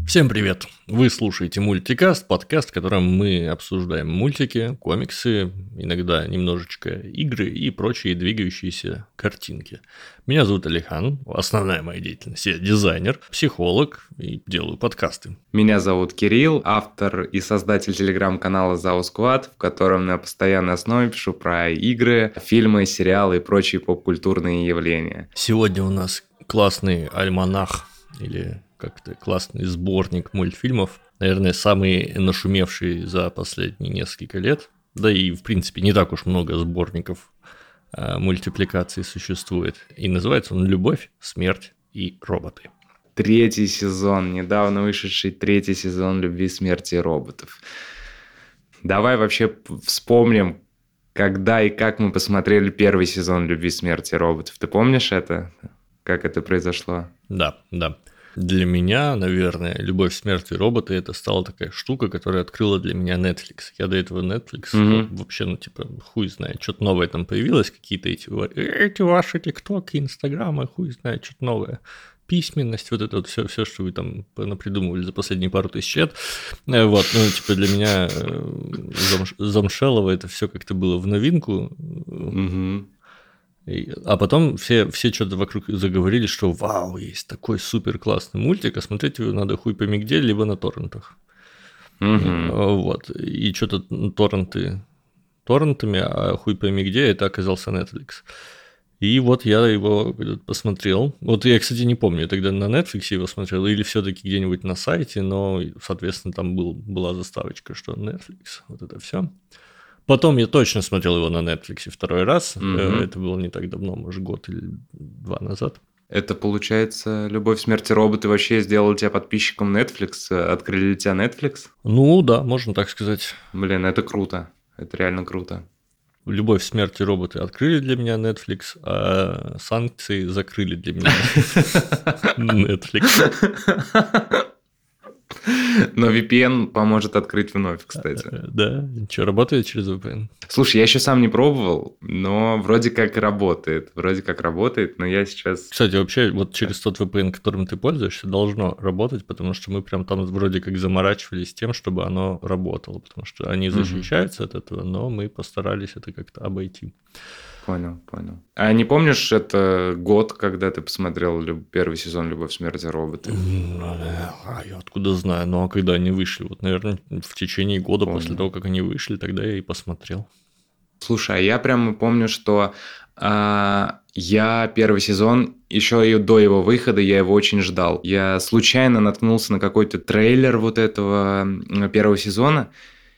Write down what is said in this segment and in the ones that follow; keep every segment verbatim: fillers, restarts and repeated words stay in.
Всем привет! Вы слушаете Мультикаст, подкаст, в котором мы обсуждаем мультики, комиксы, иногда немножечко игры и прочие двигающиеся картинки. Меня зовут Алихан, основная моя деятельность, я дизайнер, психолог и делаю подкасты. Меня зовут Кирилл, автор и создатель телеграм-канала Зау Сквад, в котором на постоянной основе пишу про игры, фильмы, сериалы и прочие поп-культурные явления. Сегодня у нас классный альманах или... как-то классный сборник мультфильмов, наверное, самый нашумевший за последние несколько лет. Да и, в принципе, не так уж много сборников а, мультипликаций существует. И называется он «Любовь, смерть и роботы». Третий сезон, недавно вышедший третий сезон «Любви, смерти и роботов». Давай вообще вспомним, когда и как мы посмотрели первый сезон «Любви, смерти и роботов». Ты помнишь это? Как это произошло? Да, да. Для меня, наверное, «Любовь, смерть и роботы» это стала такая штука, которая открыла для меня Netflix. Я до этого Netflix mm-hmm. вообще, ну, типа, хуй знает, что-то новое там появилось, какие-то эти, эти ваши тиктоки, инстаграмы, хуй знает, что-то новое. Письменность, вот это вот все, все, что вы там напридумывали за последние пару тысяч лет. Вот, ну, типа, для меня замш... замшелово это все как-то было в новинку. Mm-hmm. А потом все, все что-то вокруг заговорили, что вау, есть такой супер классный мультик, а смотреть его надо хуй пойми где, либо на торрентах. Mm-hmm. Вот. И что-то торренты торрентами, а хуй пойми где, это оказался Netflix. И вот я его посмотрел. Вот я, кстати, не помню, я тогда на Netflix его смотрел или все-таки где-нибудь на сайте, но, соответственно, там был, была заставочка, что Netflix, вот это все. Потом я точно смотрел его на Netflix второй раз. Mm-hmm. Это было не так давно, может, год или два назад. Это, получается, «Любовь, смерть и роботы» вообще сделали тебя подписчиком Netflix? Открыли для тебя Netflix? Ну да, можно так сказать. Блин, это круто. Это реально круто. «Любовь, смерть и роботы» открыли для меня Netflix, а санкции закрыли для меня Netflix. Но ви пи эн поможет открыть вновь, кстати. Да, что, работает через ви пи эн? Слушай, я еще сам не пробовал, но вроде как работает. Вроде как работает, но я сейчас... Кстати, вообще, вот через тот ви пи эн, которым ты пользуешься, должно работать, потому что мы прям там вроде как заморачивались тем, чтобы оно работало, потому что они защищаются mm-hmm. от этого, но мы постарались это как-то обойти. Понял, понял. А не помнишь, это год, когда ты посмотрел первый сезон «Любовь, смерть и роботы»? А я откуда знаю? Ну, а когда они вышли? Вот, наверное, в течение года Понял. После того, как они вышли, тогда я и посмотрел. Слушай, а я прямо помню, что а, я первый сезон, еще и до его выхода, я его очень ждал. Я случайно наткнулся на какой-то трейлер вот этого первого сезона,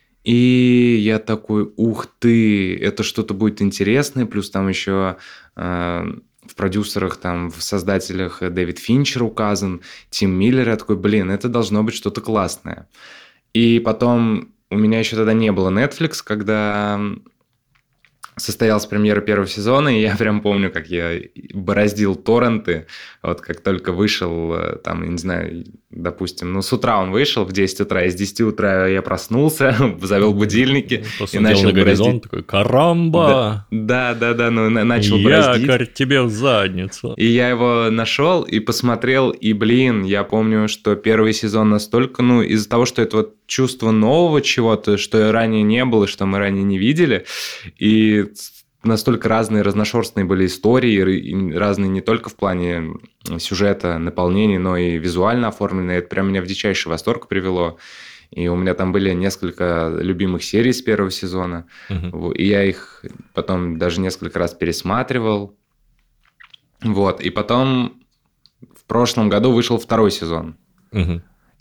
и я такой, ух ты, это что-то будет интересное, плюс там еще э, в продюсерах, там, в создателях Дэвид Финчер указан, Тим Миллер, я такой, блин, это должно быть что-то классное. И потом у меня еще тогда не было Netflix, когда состоялась премьера первого сезона, и я прям помню, как я бороздил торренты, вот как только вышел, там, я не знаю, допустим, ну, с утра он вышел в десять утра, и с десяти утра я проснулся, завел будильники Посмотрел и начал на горизонт, бороздить. Такой, карамба! Да, да, да, ну, начал бороздить. Якорь тебе в задницу. И я его нашел и посмотрел, и, блин, я помню, что первый сезон настолько, ну, из-за того, что это вот чувство нового чего-то, что ранее не было, что мы ранее не видели, и настолько разные, разношерстные были истории, разные не только в плане сюжета, наполнения, но и визуально оформленные. Это прям меня в дичайший восторг привело. И у меня там были несколько любимых серий с первого сезона, uh-huh. и я их потом даже несколько раз пересматривал. Вот, и потом в прошлом году вышел второй сезон. Uh-huh.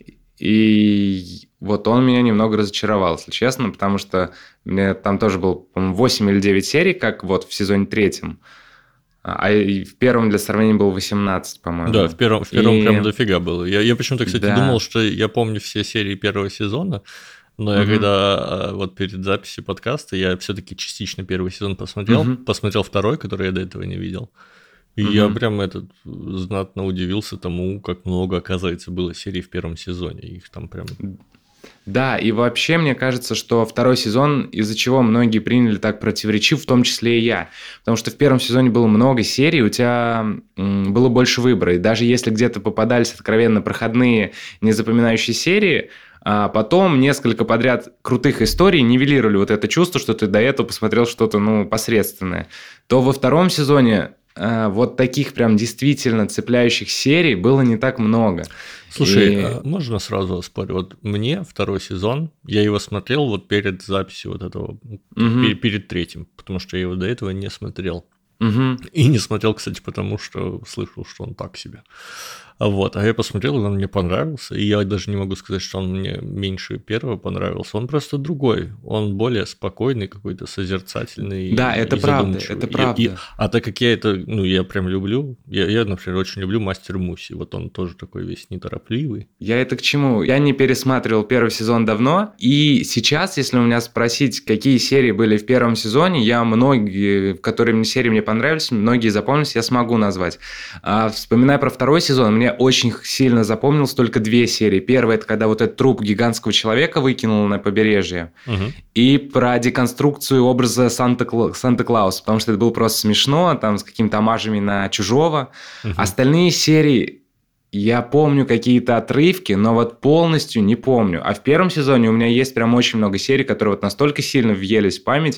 И вот он меня немного разочаровал, если честно, потому что мне там тоже было, по-моему, восемь или девять серий, как вот в сезоне третьем. А в первом для сравнения было восемнадцать, по-моему. Да, в первом, в первом и... прям дофига было. Я, я почему-то, кстати, да. думал, что я помню все серии первого сезона, но я угу. когда вот перед записью подкаста, я все-таки частично первый сезон посмотрел, угу. посмотрел второй, который я до этого не видел. И угу. я прям этот, знатно удивился тому, как много, оказывается, было серий в первом сезоне. Их там прям... Да, и вообще мне кажется, что второй сезон, из-за чего многие приняли так противоречиво, в том числе и я. Потому что в первом сезоне было много серий, у тебя м, было больше выбора. И даже если где-то попадались откровенно проходные, незапоминающие серии, а потом несколько подряд крутых историй нивелировали вот это чувство, что ты до этого посмотрел что-то, ну, посредственное. То во втором сезоне а, вот таких прям действительно цепляющих серий было не так много. Слушай, И... а можно сразу оспорить? Вот мне второй сезон, я его смотрел вот перед записью вот этого, Мгм. перед, перед третьим, потому что я его до этого не смотрел. Мгм. И не смотрел, кстати, потому что слышал, что он так себе. А Вот, а я посмотрел, и он мне понравился, и я даже не могу сказать, что он мне меньше первого понравился, он просто другой, он более спокойный, какой-то созерцательный Да, это и правда, задумчивый. это И- правда. и- а так как я это, ну, я прям люблю, я, я, например, очень люблю «Мастер Муси», вот он тоже такой весь неторопливый. Я это к чему? Я не пересматривал первый сезон давно, и сейчас, если у меня спросить, какие серии были в первом сезоне, я многие, которые мне серии мне понравились, многие запомнились, я смогу назвать. А вспоминая про второй сезон, мне очень сильно запомнилось только две серии. Первая – это когда вот этот труп гигантского человека выкинул на побережье, Мгм. и про деконструкцию образа Санта-Кла- Санта-Клауса, потому что это было просто смешно, там с какими-то омажами на чужого. Мгм. Остальные серии я помню какие-то отрывки, но вот полностью не помню. А в первом сезоне у меня есть прям очень много серий, которые вот настолько сильно въелись в память,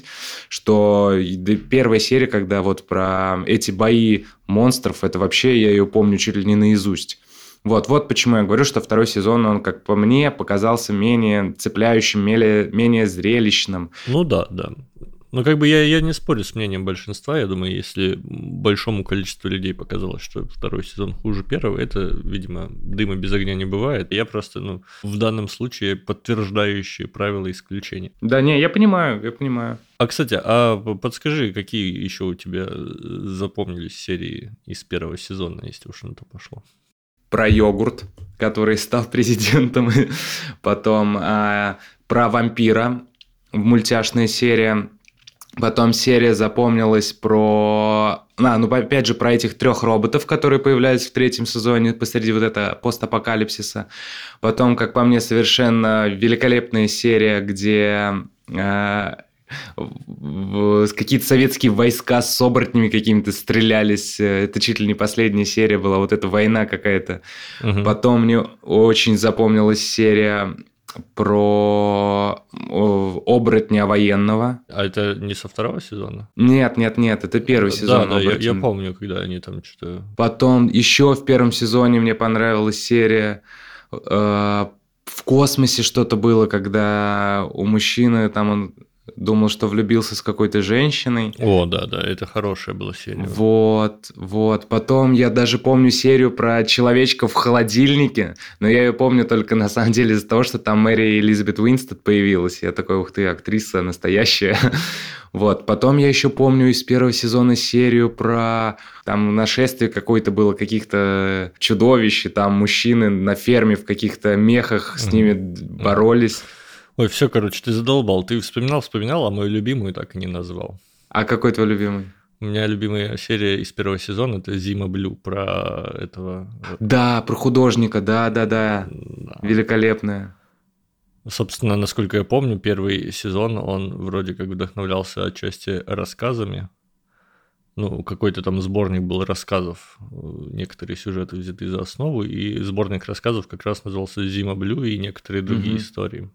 что и да, первая серия, когда вот про эти бои монстров, это вообще я ее помню чуть ли не наизусть. Вот, вот почему я говорю, что второй сезон, он, как по мне, показался менее цепляющим, менее, менее зрелищным. Ну да, да. Ну, как бы я, я не спорю с мнением большинства. Я думаю, если большому количеству людей показалось, что второй сезон хуже первого, это, видимо, дыма без огня не бывает. Я просто, ну, в данном случае подтверждающие правила исключения. Да, не, я понимаю, я понимаю. А, кстати, а подскажи, какие еще у тебя запомнились серии из первого сезона, если уж на то пошло? Про йогурт, который стал президентом, потом а, про вампира, мультяшная серия, потом серия запомнилась про, а, ну опять же про этих трех роботов, которые появлялись в третьем сезоне посреди вот этого постапокалипсиса, потом, как по мне, совершенно великолепная серия, где а, в- в- какие-то советские войска с оборотнями какими-то стрелялись. Это чуть ли не последняя серия была, вот эта война какая-то. Мгм. Потом мне очень запомнилась серия про о, оборотня военного. А это не со второго сезона? Нет, нет, нет, это первый Да, сезон. да, я, я оборотень. помню, когда они там что-то... Потом еще в первом сезоне мне понравилась серия э, в космосе что-то было, когда у мужчины там он думал, что влюбился с какой-то женщиной. О, да, да, это хорошая была серия. Вот, вот. Потом я даже помню серию про человечка в холодильнике, но я ее помню только на самом деле из-за того, что там Мэри Элизабет Уинстед появилась. Я такой, ух ты, актриса настоящая. Вот. Потом я еще помню из первого сезона серию про там нашествие какое-то было каких-то чудовищ, и там мужчины на ферме в каких-то мехах с ними боролись. Ой, все, короче, ты задолбал. Ты вспоминал, вспоминал, а мою любимую так и не назвал. А какой твой любимый? У меня любимая серия из первого сезона – это «Зима Блю», про этого... Да, про художника, да-да-да. Да. Великолепная. Собственно, насколько я помню, первый сезон, он вроде как вдохновлялся отчасти рассказами. Ну, какой-то там сборник был рассказов, некоторые сюжеты взяты за основу, и сборник рассказов как раз назывался «Зима Блю» и некоторые другие Мгм. истории.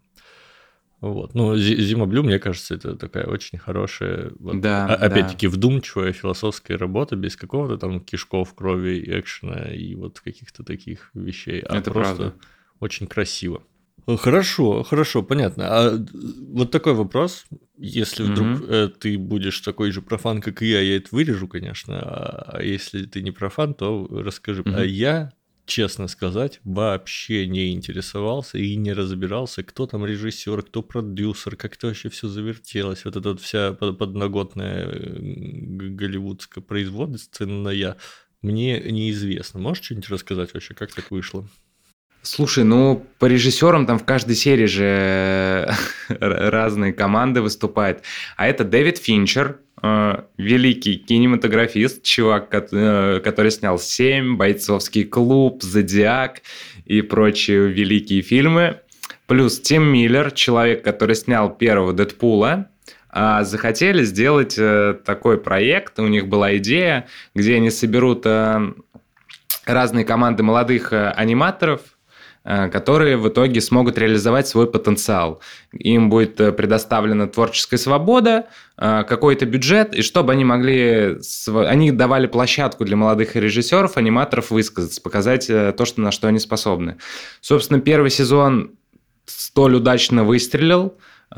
Вот. Ну, «Зи- «Зима Блю», мне кажется, это такая очень хорошая, вот, Да, а- да. опять-таки, вдумчивая философская работа, без какого-то там кишков, крови, экшена и вот каких-то таких вещей, а Это просто правда. очень красиво. Хорошо, хорошо, понятно. А д- вот такой вопрос, если вдруг Мгм. э, ты будешь такой же профан, как и я, я это вырежу, конечно, а, а если ты не профан, то расскажи. А Мгм. я, честно сказать, вообще не интересовался и не разбирался, кто там режиссер, кто продюсер, как это вообще все завертелось. Вот эта вот вся под- подноготная э, г- голливудская производственная мне неизвестно. Можешь что-нибудь рассказать вообще, как так вышло? Слушай, ну, по режиссерам там в каждой серии же разные команды выступают. А это Дэвид Финчер, э, великий кинематографист, чувак, кот- э, который снял «Семь», «Бойцовский клуб», «Зодиак» и прочие великие фильмы. плюс Тим Миллер, человек, который снял первого Дэдпула, захотели сделать такой проект. У них была идея, где они соберут разные команды молодых аниматоров, которые в итоге смогут реализовать свой потенциал. Им будет предоставлена творческая свобода, какой-то бюджет, и чтобы они могли... Они давали площадку для молодых режиссеров, аниматоров высказаться, показать то, что, на что они способны. Собственно, первый сезон столь удачно выстрелил,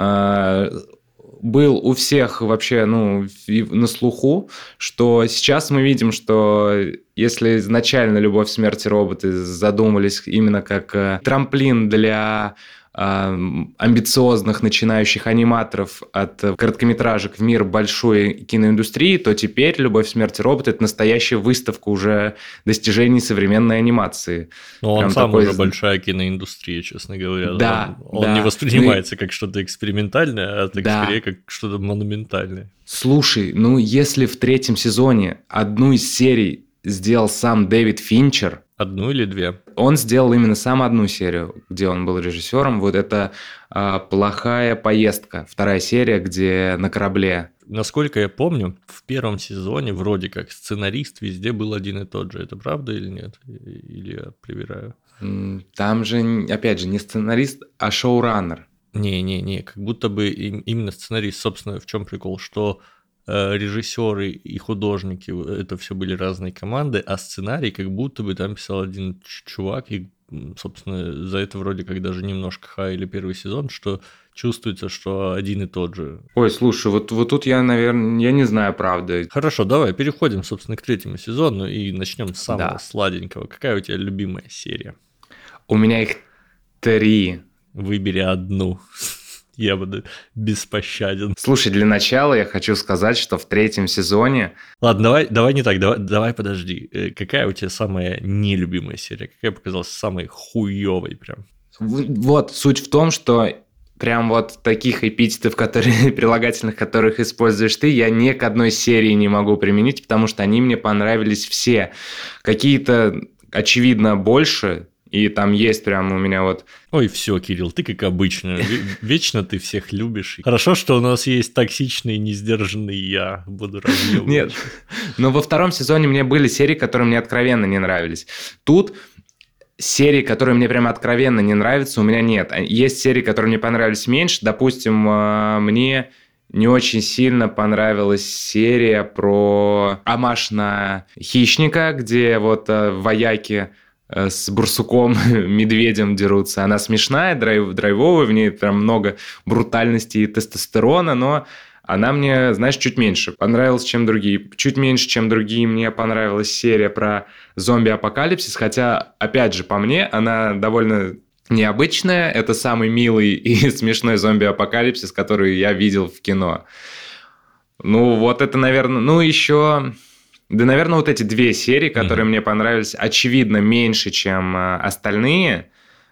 был у всех вообще ну, на слуху, что сейчас мы видим, что если изначально «Любовь, смерть и роботы» задумывались именно как трамплин для амбициозных начинающих аниматоров от короткометражек в мир большой киноиндустрии, то теперь «Любовь, смерть и роботы» — это настоящая выставка уже достижений современной анимации. Но он сам такой... уже большая киноиндустрия, честно говоря. Да, он да. он не воспринимается ну, как что-то экспериментальное, а так да. скорее как что-то монументальное. Слушай, ну если в третьем сезоне одну из серий сделал сам Дэвид Финчер. Одну или две? Он сделал именно сам одну серию, где он был режиссером. Вот это а, «Плохая поездка». Вторая серия, где на корабле. Насколько я помню, в первом сезоне вроде как сценарист везде был один и тот же. Это правда или нет? Или я привираю? Там же, опять же, не сценарист, а шоураннер. Не-не-не, как будто бы именно сценарист. Собственно, в чем прикол? Что... режиссеры и художники, это все были разные команды, а сценарий как будто бы там писал один чувак, и, собственно, за это вроде как даже немножко хайли первый сезон, что чувствуется, что один и тот же. Ой, слушай, вот, вот тут я, наверное, я не знаю правды. Хорошо, давай переходим, собственно, к третьему сезону и начнем с самого да. сладенького. Какая у тебя любимая серия? У меня их три. Выбери одну. Я буду беспощаден. Слушай, для начала я хочу сказать, что в третьем сезоне... Ладно, давай, давай не так, давай, давай подожди. Какая у тебя самая нелюбимая серия? Какая показалась самой хуёвой прям? Вот, суть в том, что прям вот таких эпитетов, которые, прилагательных, которых используешь ты, я ни к одной серии не могу применить, потому что они мне понравились все. Какие-то, очевидно, больше... И там есть прям у меня вот... Ой, все, Кирилл, ты как обычно. Вечно ты всех любишь. Хорошо, что у нас есть токсичный, несдержанный я. Буду разъебывать. Нет, но во втором сезоне мне были серии, которые мне откровенно не нравились. Тут серии, которые мне прям откровенно не нравятся, у меня нет. Есть серии, которые мне понравились меньше. Допустим, мне... Не очень сильно понравилась серия про омаж на хищника, где вот вояки... с Барсуком, медведем дерутся. Она смешная, драйв, драйвовая, в ней прям много брутальности и тестостерона, но она мне, знаешь, чуть меньше понравилась, чем другие. Чуть меньше, чем другие, мне понравилась серия про зомби-апокалипсис, хотя, опять же, по мне, она довольно необычная. Это самый милый и смешной зомби-апокалипсис, который я видел в кино. Ну, вот это, наверное... Ну, еще... Да, наверное, вот эти две серии, которые mm-hmm. мне понравились, очевидно, меньше, чем остальные,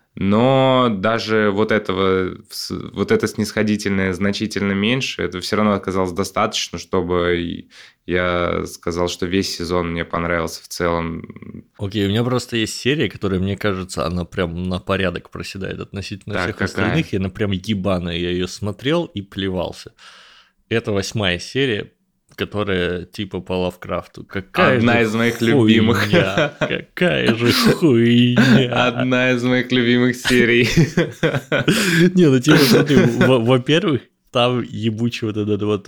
но даже вот этого, вот это снисходительное значительно меньше, это все равно оказалось достаточно, чтобы я сказал, что весь сезон мне понравился в целом. Окей, okay, у меня просто есть серия, которая, мне кажется, она прям на порядок проседает относительно так, всех какая? остальных, и она прям ебаная, я ее смотрел и плевался. Это восьмая серия, которая типа по Лавкрафту. Какая Одна же из моих хуйня, любимых. Какая же хуйня. Одна из моих любимых серий. Не, ну типа, смотри, во-первых, там ебучий вот этот вот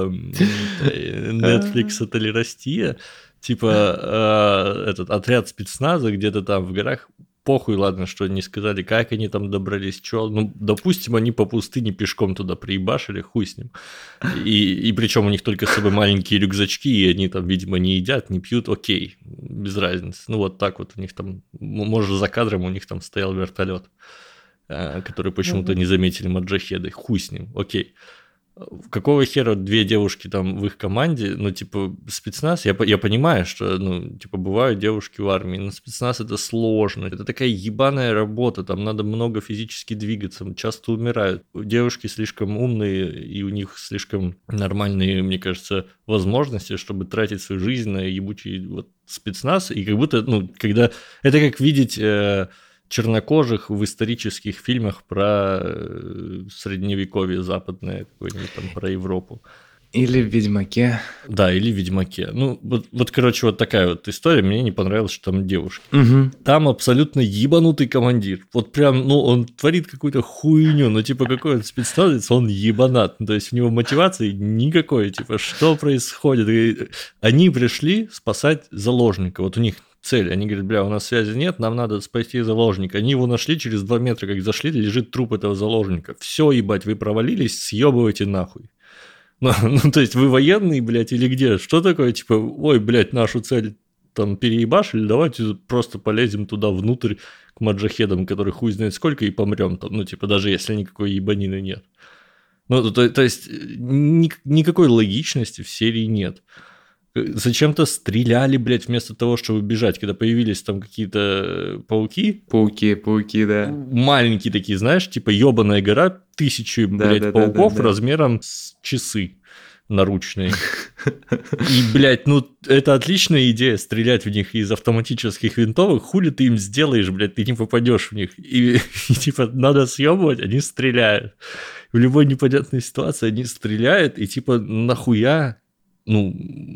Netflix толерастия, типа этот отряд спецназа где-то там в горах. Похуй, ладно, что не сказали, как они там добрались, что. Ну, допустим, они по пустыне пешком туда приебашили, хуй с ним. И, и причем у них только с собой маленькие рюкзачки, и они там, видимо, не едят, не пьют, окей, без разницы. Ну, вот так вот у них там, может, за кадром у них там стоял вертолет, который почему-то не заметили маджахеды, хуй с ним, окей. Какого хера две девушки там в их команде, ну, типа, спецназ, я, я понимаю, что, ну, типа, бывают девушки в армии, но спецназ это сложно, это такая ебаная работа, там надо много физически двигаться, часто умирают. Девушки слишком умные, и у них слишком нормальные, мне кажется, возможности, чтобы тратить свою жизнь на ебучий вот спецназ, и как будто, ну, когда, это как видеть... Э, чернокожих в исторических фильмах про средневековье западное, какое-нибудь там про Европу. Или в «Ведьмаке». Да, или в «Ведьмаке». Ну, вот, вот, короче, вот такая вот история. Мне не понравилось, что там девушки. Угу. Там абсолютно ебанутый командир. Вот прям, ну, он творит какую-то хуйню. Ну, типа, какой он спецназовец, он ебанат. Ну, то есть, у него мотивации никакой. Типа, что происходит? И они пришли спасать заложника. Вот у них цель. Они говорят, бля, у нас связи нет, нам надо спасти заложника. Они его нашли, через два метра, как зашли, лежит труп этого заложника. Все, ебать, вы провалились, съебывайте нахуй. Ну, ну, то есть, вы военные, блядь, или где? Что такое, типа, ой, блядь, нашу цель там переебашили, давайте просто полезем туда внутрь к маджахедам, которые хуй знает сколько, и помрем там, ну, типа, даже если никакой ебанины нет. Ну, то, то есть, ни, никакой логичности в серии нет. Зачем-то стреляли, блядь, вместо того, чтобы бежать, когда появились там какие-то пауки. Пауки, пауки, да. Маленькие такие, знаешь, типа ёбаная гора, тысячи, да, блядь, да, пауков да, да, да. размером с часы наручные. И, блядь, ну, это отличная идея, стрелять в них из автоматических винтовок, хули ты им сделаешь, блядь, ты не попадешь в них. И, и типа, надо съебывать, они стреляют. В любой непонятной ситуации они стреляют, и типа, нахуя... Ну,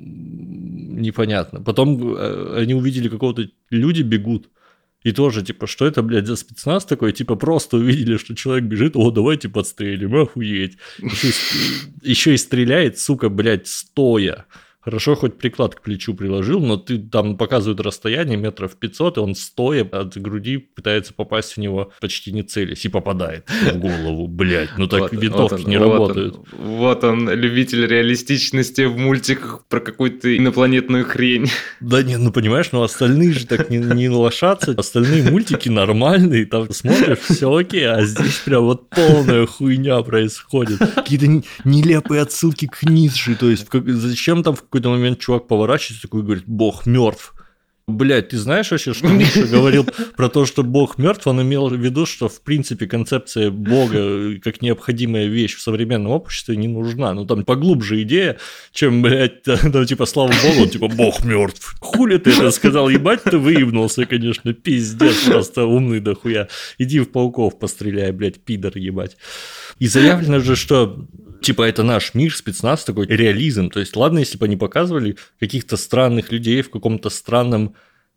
непонятно. Потом они увидели какого-то... Люди бегут. И тоже, типа, что это, блядь, за спецназ такой? Типа, просто увидели, что человек бежит. О, давайте подстрелим, охуеть. Еще, еще и стреляет, сука, блядь, стоя. Хорошо, хоть приклад к плечу приложил, но ты там показывают расстояние метров пятьсот, и он стоя от груди пытается попасть в него, почти не целясь, и попадает в голову, блядь. Ну так вот, винтовки вот он, не вот работают. Он, вот он, любитель реалистичности в мультиках про какую-то инопланетную хрень. Да нет, ну понимаешь, ну остальные же так не, не лошадцы, остальные мультики нормальные, там смотришь, все окей, а здесь прям вот полная хуйня происходит. Какие-то нелепые отсылки к Ницше, то есть зачем там в В какой-то момент чувак поворачивается такой и говорит, Бог мертв. Блядь, ты знаешь вообще, что Ницше говорил про то, что Бог мертв? Он имел в виду, что в принципе концепция Бога как необходимая вещь в современном обществе не нужна. Ну там поглубже идея, чем, блядь, ну типа слава Богу, типа Бог мертв. Хули ты это сказал? Ебать, ты выебнулся, конечно, пиздец, просто умный дохуя. Иди в пауков постреляй, блядь, пидор ебать. И заявлено же, что типа это наш мир, спецназ, такой реализм. То есть, ладно, если бы они показывали каких-то странных людей в каком-то странном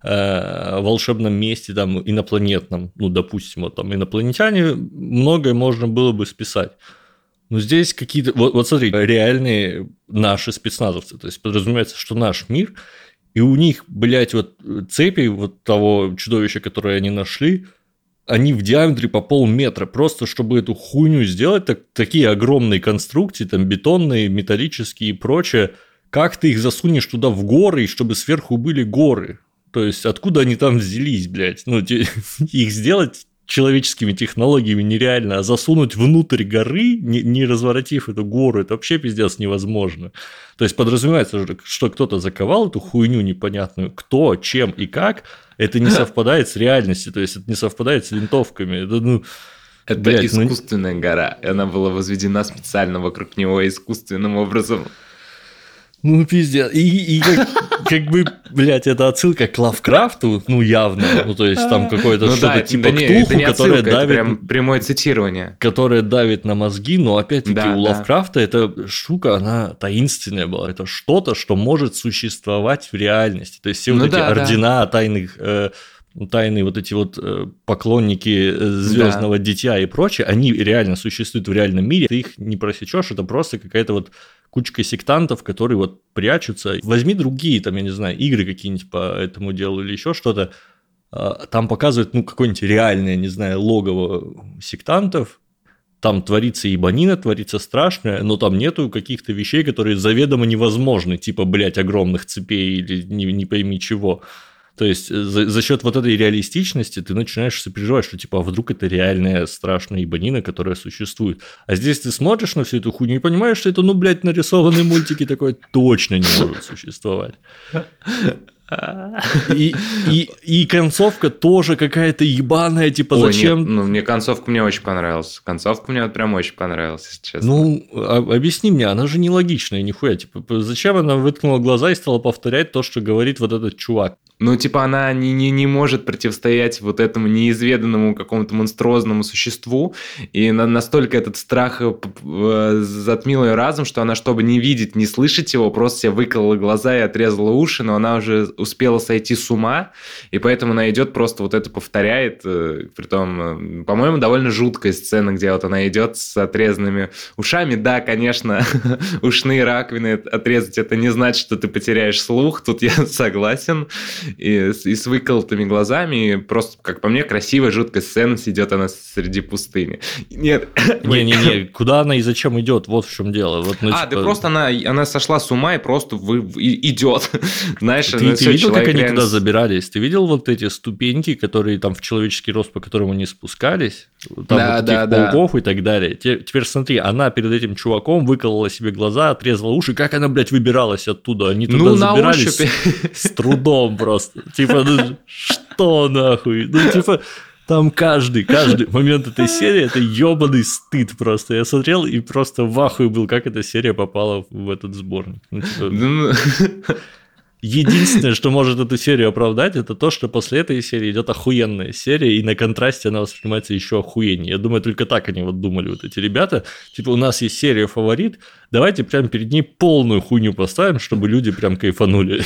э, волшебном месте, там, инопланетном, ну, допустим, вот там инопланетяне, многое можно было бы списать. Но здесь какие-то... Вот, вот смотри, реальные наши спецназовцы. То есть, подразумевается, что наш мир, и у них, блядь, вот цепи вот того чудовища, которое они нашли, они в диаметре по полметра, просто чтобы эту хуйню сделать, так, такие огромные конструкции, там бетонные, металлические и прочее, как ты их засунешь туда в горы, и чтобы сверху были горы? То есть, откуда они там взялись, блядь? Ну, их сделать человеческими технологиями нереально, а засунуть внутрь горы, не, не разворотив эту гору, это вообще пиздец невозможно. То есть, подразумевается, что кто-то заковал эту хуйню непонятную, кто, чем и как, это не совпадает с реальностью, то есть, это не совпадает с винтовками. Это, ну, это блядь, искусственная ну... гора, и она была возведена специально вокруг него искусственным образом. Ну, пиздец. И, и как, как бы, блядь, это отсылка к Лавкрафту, ну, явно. Ну, то есть, там какое-то ну, что-то да, типа да, Ктулху, не, которое отсылка, давит... прям прямое цитирование. Которое давит на мозги, но, опять-таки, да, у да. Лавкрафта эта штука, она таинственная была. Это что-то, что может существовать в реальности. То есть, все ну, вот эти да, ордена да. тайных... Э, тайные вот эти вот поклонники звездного да. дитя и прочее, они реально существуют в реальном мире, ты их не просечешь, это просто какая-то вот кучка сектантов, которые вот прячутся. Возьми другие, там, я не знаю, игры какие-нибудь по этому делу или еще что-то, там показывают, ну, какое-нибудь реальное, не знаю, логово сектантов, там творится ебанина, творится страшное, но там нету каких-то вещей, которые заведомо невозможны, типа, блядь, огромных цепей или не, не пойми чего. То есть, за, за счет вот этой реалистичности ты начинаешь сопереживать, что типа, а вдруг это реальная страшная ебанина, которая существует. А здесь ты смотришь на всю эту хуйню и понимаешь, что это, ну, блядь, нарисованные мультики такое точно не может существовать. И, и, и концовка тоже какая-то ебаная, типа, Ой, зачем... Нет, ну, мне концовка мне очень понравилась. Концовка мне вот прям очень понравилась, если честно. Ну, а, объясни мне, она же нелогичная, нихуя. Типа, зачем она выткнула глаза и стала повторять то, что говорит вот этот чувак? Ну, типа, она не, не, не может противостоять вот этому неизведанному какому-то монструозному существу, и на, настолько этот страх затмил ее разум, что она, чтобы не видеть, не слышать его, просто себе выколола глаза и отрезала уши, но она уже успела сойти с ума, и поэтому она идет, просто вот это повторяет, притом, по-моему, довольно жуткая сцена, где вот она идет с отрезанными ушами. Да, конечно, ушные раковины отрезать, это не значит, что ты потеряешь слух, тут я согласен. И, и с выколотыми глазами, и просто, как по мне, красивая, жуткая сцена, идет она среди пустыни. Нет. Не-не-не, куда она и зачем идет, вот в чем дело. Вот, ну, а, типа... да просто она, она сошла с ума и просто вы, и, идет. Знаешь, ты, ты все, видел, как они реально... туда забирались? Ты видел вот эти ступеньки, которые там в человеческий рост, по которым они спускались? Там да, вот да, таких пауков да. и так далее. Теперь смотри, она перед этим чуваком выколола себе глаза, отрезала уши. Как она, блядь, выбиралась оттуда? Они туда ну, забирались с, с трудом просто. Типа, ну что нахуй? Ну, типа, там каждый, каждый момент этой серии – это ебаный стыд просто. Я смотрел и просто в ахуе был, как эта серия попала в этот сборник. Ну, типа... Единственное, что может эту серию оправдать, это то, что после этой серии идет охуенная серия, и на контрасте она воспринимается еще охуеннее. Я думаю, только так они вот думали, вот эти ребята. Типа, у нас есть серия «Фаворит», давайте прям перед ней полную хуйню поставим, чтобы люди прям кайфанули.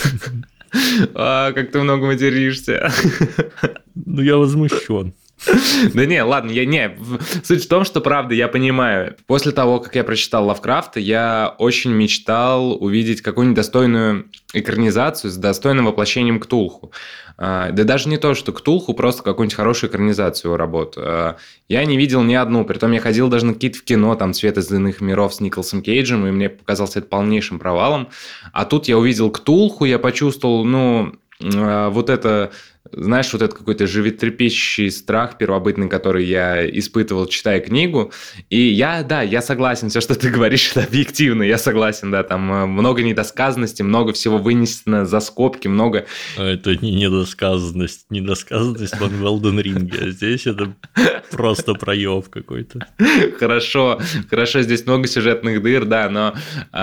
А, как ты много материшься. Ну, я возмущен. Да не, ладно, я не. Суть в том, что, правда, я понимаю. После того, как я прочитал Лавкрафта, я очень мечтал увидеть какую-нибудь достойную экранизацию с достойным воплощением Ктулху. Да даже не то, что Ктулху, просто какую-нибудь хорошую экранизацию его работ. Я не видел ни одну, притом я ходил даже на какие-то в кино, там «Цвет из иных миров» с Николасом Кейджем, и мне показался это полнейшим провалом. А тут я увидел Ктулху, я почувствовал, ну, вот это... Знаешь, вот этот какой-то животрепещущий страх первобытный, который я испытывал, читая книгу. И я, да, я согласен, все, что ты говоришь, это объективно, я согласен, да, там много недосказанности, много всего вынесено за скобки, много... Это не недосказанность, недосказанность в Elden Ring, а здесь это просто проеб какой-то. Хорошо, хорошо, здесь много сюжетных дыр, да, но...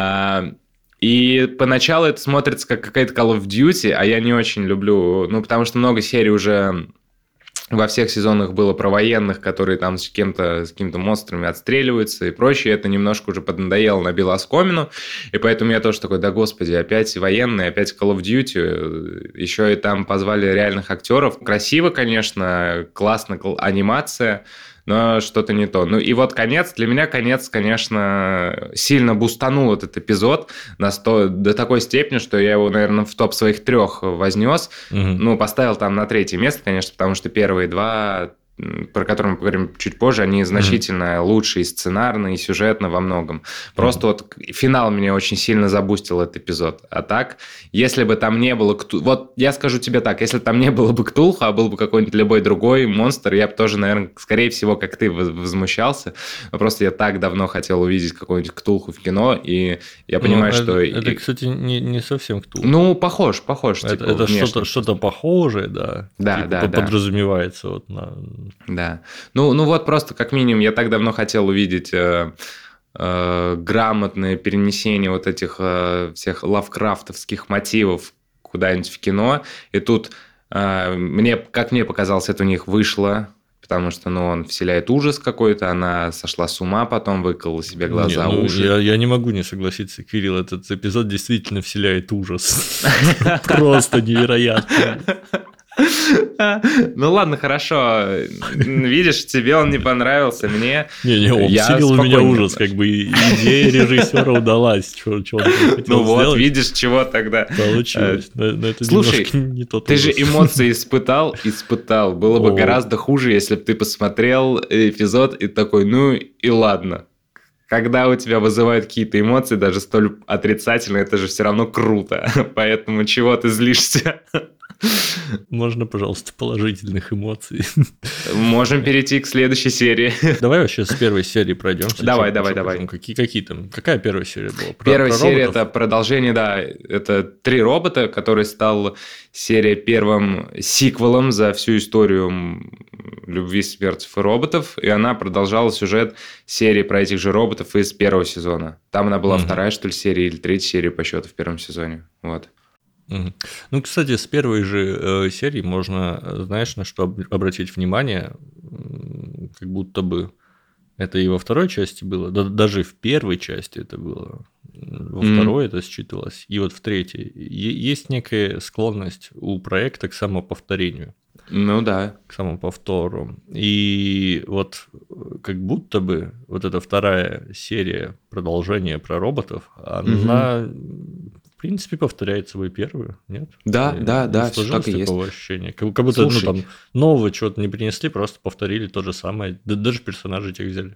И поначалу это смотрится как какая-то Call of Duty, а я не очень люблю, ну, потому что много серий уже во всех сезонах было про военных, которые там с кем-то, с какими-то монстрами отстреливаются и прочее. Это немножко уже поднадоело, набило оскомину, и поэтому я тоже такой, да господи, опять военные, опять Call of Duty. Еще и там позвали реальных актеров. Красиво, конечно, классно, анимация, но что-то не то. Ну и вот конец, для меня конец, конечно, сильно бустанул этот эпизод на сто, до такой степени, что я его, наверное, в топ своих трех вознес. Угу. Ну, поставил там на третье место, конечно, потому что первые два, про которые мы поговорим чуть позже, они значительно mm-hmm. лучше и сценарно, и сюжетно во многом. Просто mm-hmm. вот финал меня очень сильно забустил этот эпизод. А так, если бы там не было... Вот я скажу тебе так, если бы там не было бы Ктулху, а был бы какой-нибудь любой другой монстр, я бы тоже, наверное, скорее всего, как ты, возмущался. Но просто я так давно хотел увидеть какой-нибудь Ктулху в кино, и я понимаю, ну, что... Это, это, кстати, не, не совсем Ктулху. Ну, похож, похож. Это, типа, это что-то, что-то похожее, да. Да, типа, да, да. Подразумевается вот на... Да. Ну, ну вот просто как минимум я так давно хотел увидеть э, э, грамотное перенесение вот этих э, всех лавкрафтовских мотивов куда-нибудь в кино. И тут э, мне, как мне показалось, это у них вышло, потому что, ну, он вселяет ужас какой-то, она сошла с ума, потом выколола себе глаза, не, ну, уши. Я, я не могу не согласиться, Кирилл, этот эпизод действительно вселяет ужас. Просто невероятно. Ну ладно, хорошо. Видишь, тебе он не понравился, мне... Не-не, он вселил в меня ужас, как бы идея режиссера удалась. Чё, чё он хотел ну вот, сделать. видишь, чего тогда... Получилось. Но, но это Слушай, не тот ты ужас. же эмоции испытал? Испытал. Было бы О. гораздо хуже, если бы ты посмотрел эпизод и такой, ну и ладно. Когда у тебя вызывают какие-то эмоции, даже столь отрицательные, это же все равно круто. Поэтому чего ты злишься? Можно, пожалуйста, положительных эмоций. Можем перейти к следующей серии. Давай вообще с первой серии пройдемся. Давай, давай, давай. Какие, какие там? Какая первая серия была? Про, первая про серия роботов? это продолжение, да, это «Три робота», который стал серия первым сиквелом за всю историю «Любви, смерть и роботов», и она продолжала сюжет серии про этих же роботов из первого сезона. Там она была mm-hmm. вторая, что ли, серия или третья серия по счету в первом сезоне. Вот. Угу. Ну, кстати, с первой же э, серии можно, знаешь, на что об- обратить внимание, как будто бы это и во второй части было, да, даже в первой части это было, во М. второй это считывалось, и вот в третьей. Е- есть некая склонность у проекта к самоповторению, Ну да. к самоповтору. И вот э, как будто бы вот эта вторая серия продолжения про роботов, она, в принципе, повторяет собой первую, нет? Да, Не, да, не да, все сложилось так и есть. такого ощущения? Как, как будто, ну, Слушай, там, нового чего-то не принесли, просто повторили то же самое. Да, даже персонажей тех взяли.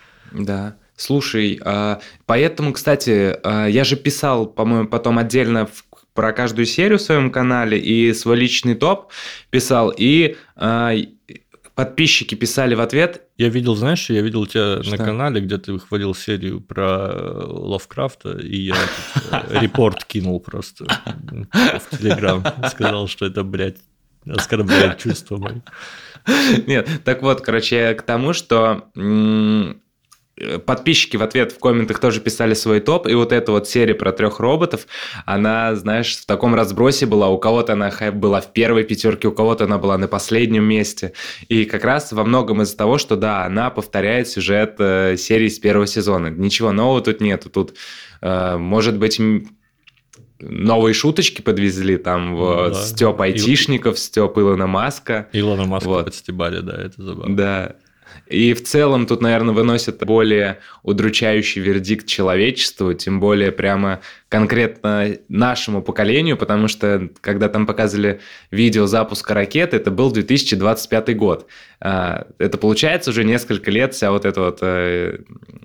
да. Слушай, а, поэтому, кстати, а, я же писал, по-моему, потом отдельно в- про каждую серию в своем канале и свой личный топ писал, и а, и подписчики писали в ответ. Я видел, знаешь, я видел тебя на Что? канале, где ты выхвалил серию про э, Лавкрафта, и я этот, э, репорт кинул просто м, в Телеграм. Сказал, что это, блядь, оскорбляет чувства мои. Нет, так вот, короче, я к тому, что м, э, подписчики в ответ в комментах тоже писали свой топ, и вот эта вот серия про трех роботов, она, знаешь, в таком разбросе была, у кого-то она хай- была в первой пятерке, у кого-то она была на последнем месте, и как раз во многом из-за того, что, да, она повторяет сюжет э, серии с первого сезона, ничего нового тут нету, тут, э, может быть, м, новые шуточки подвезли, там, Ну вот, да. Стёп И- айтишников, Стёп Илона Маска. Илона Маска Вот. подстебали, да, это забавно. Да. И в целом тут, наверное, выносят более удручающий вердикт человечеству, тем более прямо конкретно нашему поколению, потому что когда там показывали видео запуска ракеты, это был две тысячи двадцать пятый год. А, Это получается уже несколько лет вся вот эта вот э,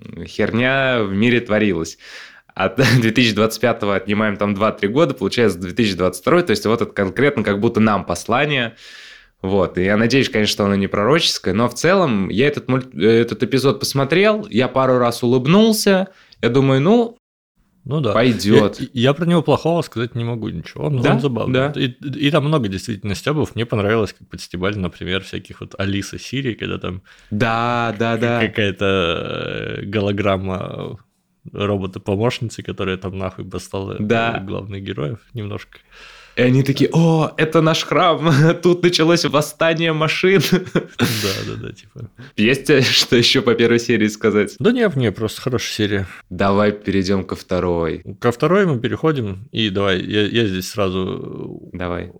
херня в мире творилась. От две тысячи двадцать пятого отнимаем там два-три года, получается две тысячи двадцать второй, то есть вот это конкретно как будто нам послание. Вот, и я надеюсь, конечно, что оно не пророческое, но в целом я этот, мульт... этот эпизод посмотрел, я пару раз улыбнулся, я думаю, ну, Ну да. пойдет. Я, я про него плохого сказать не могу ничего. Он, Да, он забавный. да. И, и там много действительно стебов. Мне понравилось, как подстебали, например, всяких вот Алиса Сири, когда там Да, да, да. какая-то э, голограмма робота-помощницы, которая там нахуй достала Да. э, главных героев немножко. И они такие, о, это наш храм, тут началось восстание машин. Да, да, да, типа. Есть э, что еще по первой серии сказать? Да нет, не, просто хорошая серия. Давай перейдем ко второй. Ко второй мы переходим, и давай, я, я здесь сразу Давай.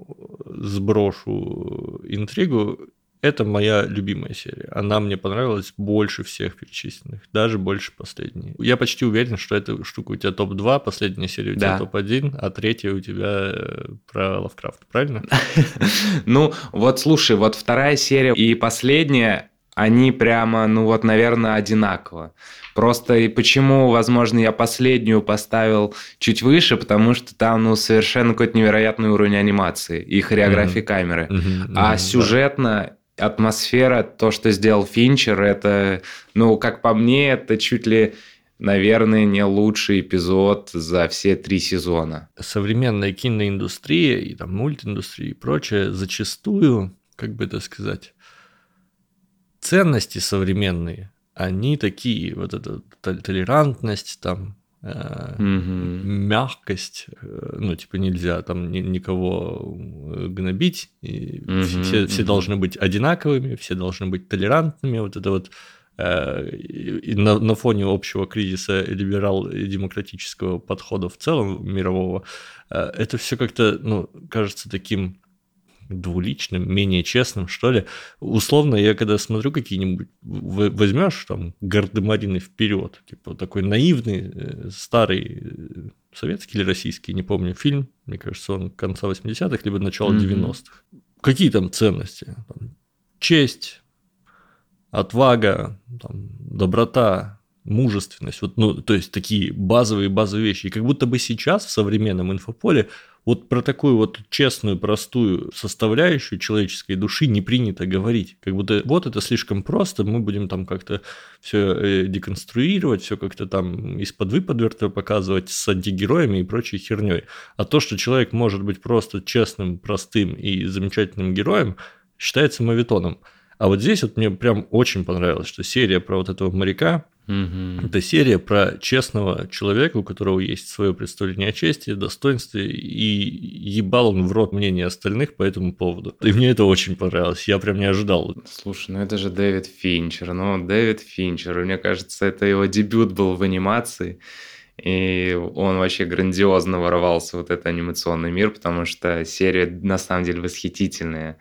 сброшу интригу. Это моя любимая серия. Она мне понравилась больше всех перечисленных, даже больше последней. Я почти уверен, что эта штука у тебя топ два, последняя серия у тебя Да. топ один, а третья у тебя э, про Лавкрафт, правильно? Ну, вот слушай, вот вторая серия и последняя, они прямо, ну вот, наверное, одинаково. Просто и почему, возможно, я последнюю поставил чуть выше, потому что там, ну, совершенно какой-то невероятный уровень анимации и хореографии Мгм. камеры. Мгм, А мгм, сюжетно, атмосфера, то, что сделал Финчер, это, ну, как по мне, это чуть ли, наверное, не лучший эпизод за все три сезона. да. Современная киноиндустрия и там мультиндустрия и прочее зачастую, как бы это сказать, ценности современные, они такие, вот эта тол- толерантность, там, э, Мгм. мягкость, э, ну, типа, нельзя там ни- никого э, гнобить, и Мгм, все, все мгм. должны быть одинаковыми, все должны быть толерантными, вот это вот э, и и на, на фоне общего кризиса либерал-демократического подхода в целом мирового, э, это все как-то, ну, кажется таким двуличным, менее честным, что ли. Условно, я когда смотрю какие-нибудь, в- возьмешь там гардемарины вперед, типа такой наивный, э, старый э, советский или российский, не помню, фильм, мне кажется, он конца восьмидесятых, либо начала Мгм. девяностых. Какие там ценности? Там, честь, отвага, там, доброта, мужественность, вот, ну, то есть такие базовые-базовые вещи. И как будто бы сейчас в современном инфополе вот про такую вот честную, простую составляющую человеческой души не принято говорить. Как будто вот это слишком просто, мы будем там как-то все деконструировать, все как-то там из-под выподверта показывать с антигероями и прочей херней. А то, что человек может быть просто честным, простым и замечательным героем, считается моветоном. А вот здесь вот мне прям очень понравилось, что серия про вот этого моряка, Угу. Это серия про честного человека, у которого есть свое представление о чести, достоинстве, и ебал он в рот мнение остальных по этому поводу. И мне это очень понравилось, я прям не ожидал. Слушай, ну это же Дэвид Финчер, ну Дэвид Финчер, мне кажется, это его дебют был в анимации, и он вообще грандиозно ворвался в вот этот анимационный мир, потому что серия на самом деле восхитительная.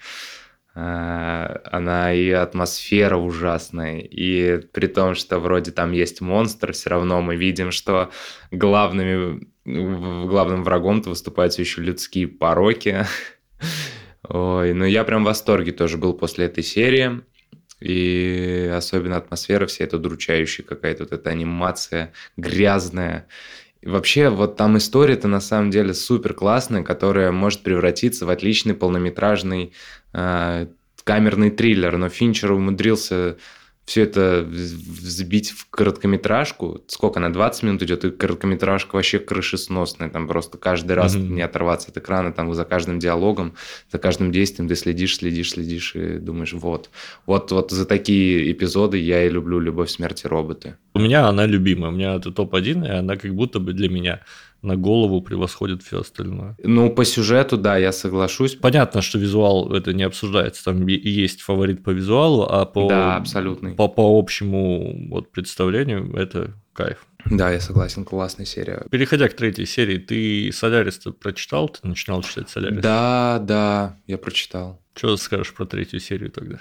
Она и атмосфера ужасная, и при том, что вроде там есть монстр, все равно мы видим, что главными, главным врагом-то выступают еще людские пороки. Ой, ну я прям в восторге тоже был после этой серии, и особенно атмосфера вся эта удручающая какая-то, вот эта анимация грязная. И вообще, вот там история-то на самом деле супер классная, которая может превратиться в отличный полнометражный э, камерный триллер, но Финчер умудрился все это взбить в короткометражку. Сколько она, двадцать минут идет, и короткометражка вообще крышесносная, там просто каждый раз mm-hmm. не оторваться от экрана, там за каждым диалогом, за каждым действием ты следишь, следишь, следишь и думаешь, вот, вот, вот за такие эпизоды я и люблю «Любовь, смерть и роботы». У меня она любимая, у меня это топ один, и она как будто бы для меня на голову превосходит все остальное. Ну, по сюжету, да, я соглашусь. Понятно, что визуал это не обсуждается, там и есть фаворит по визуалу, а по, да, абсолютный. по, по общему вот представлению это кайф. Да, я согласен, классная серия. Переходя к третьей серии, ты «Солярис»-то прочитал? Ты начинал читать «Солярис»? Да, да, я прочитал. Что скажешь про третью серию тогда?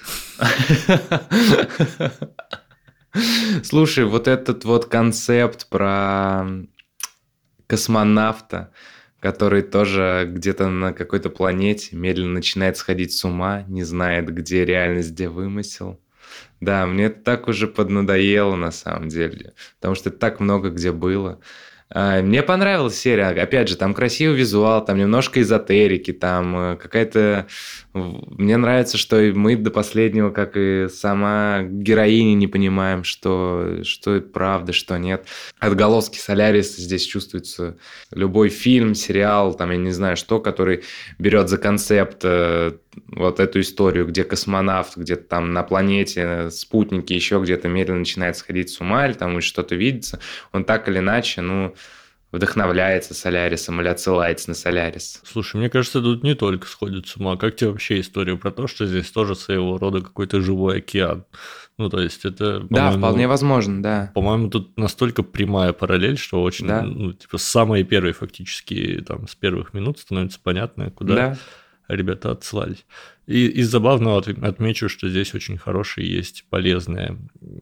Слушай, вот этот вот концепт про космонавта, который тоже где-то на какой-то планете медленно начинает сходить с ума, не знает, где реальность, где вымысел. Да, мне это так уже поднадоело на самом деле, потому что так много где было. Мне понравилась серия, опять же, там красивый визуал, там немножко эзотерики, там какая-то... Мне нравится, что мы до последнего, как и сама героиня, не понимаем, что, что правда, что нет. Отголоски Соляриса здесь чувствуются. Любой фильм, сериал, там, я не знаю что, который берет за концепт вот эту историю, где космонавт где-то там на планете, спутники, еще где-то медленно начинает сходить с ума, или там что-то видится, он так или иначе, ну... вдохновляется Солярисом или отсылается на Солярис. Слушай, мне кажется, тут не только сходит с ума. Как тебе вообще история про то, что здесь тоже своего рода какой-то живой океан? Ну, то есть это... Да, вполне возможно, да. По-моему, тут настолько прямая параллель, что очень, да. ну, типа, с самой первой фактически, там, с первых минут становится понятно, куда да. ребята отсылались. И из забавного отмечу, что здесь очень хороший есть полезная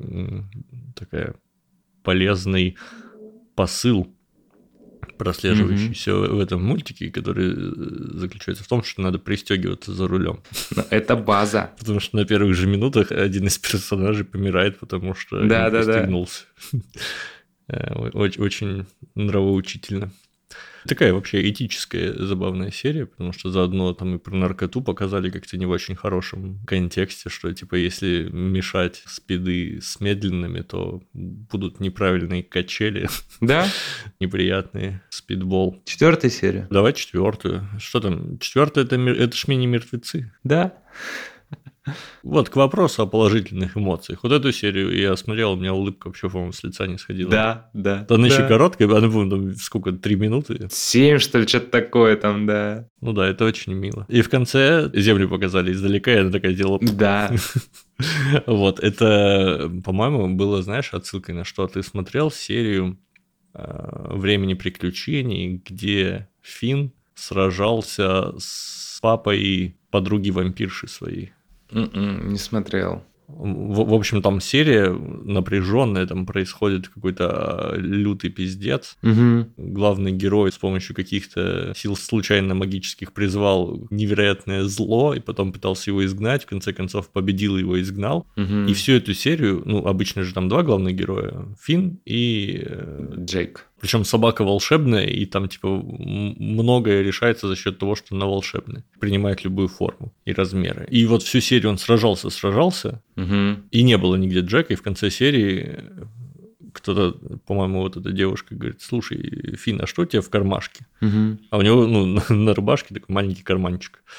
такая полезный посыл, прослеживающийся mm-hmm. в этом мультике, который заключается в том, что надо пристегиваться за рулем. Это база. Потому что на первых же минутах один из персонажей помирает, потому что да, не да, пристегнулся. Да. Очень, очень нравоучительно. Такая вообще этическая забавная серия, потому что заодно там и про наркоту показали как-то не в очень хорошем контексте, что типа если мешать спиды с медленными, то будут неправильные качели. Да? Неприятные. Спидбол. Четвертая серия. Давай четвертую. Что там? Четвертая это, это ж мини-мертвецы. Да. Вот к вопросу о положительных эмоциях. Вот эту серию я смотрел, у меня улыбка вообще, по-моему, с лица не сходила. Да, да. Она да. еще короткая, она, по-моему, там сколько, три минуты? Семь, что ли, что-то такое там, да. Ну да, это очень мило. И в конце Землю показали издалека, и она такая делала... Да. Вот, это, по-моему, было, знаешь, отсылкой на что ты смотрел серию «Времени приключений», где Финн сражался с папой подруги-вампирши своей. Mm-mm, не смотрел. В, в общем, там серия напряженная, там происходит какой-то лютый пиздец. Угу. Главный герой с помощью каких-то сил случайно магических призвал невероятное зло, и потом пытался его изгнать, в конце концов победил его, изгнал. Угу. И всю эту серию, ну, обычно же там два главных героя, Финн и... Джейк. Причем собака волшебная, и там, типа, многое решается за счет того, что она волшебная. Принимает любую форму и размеры. И вот всю серию он сражался, сражался, угу. и не было нигде Джека, и в конце серии кто-то, по-моему, вот эта девушка говорит: слушай, Финн, а что у тебя в кармашке? Угу. А у него, ну, на рубашке такой маленький карманчик.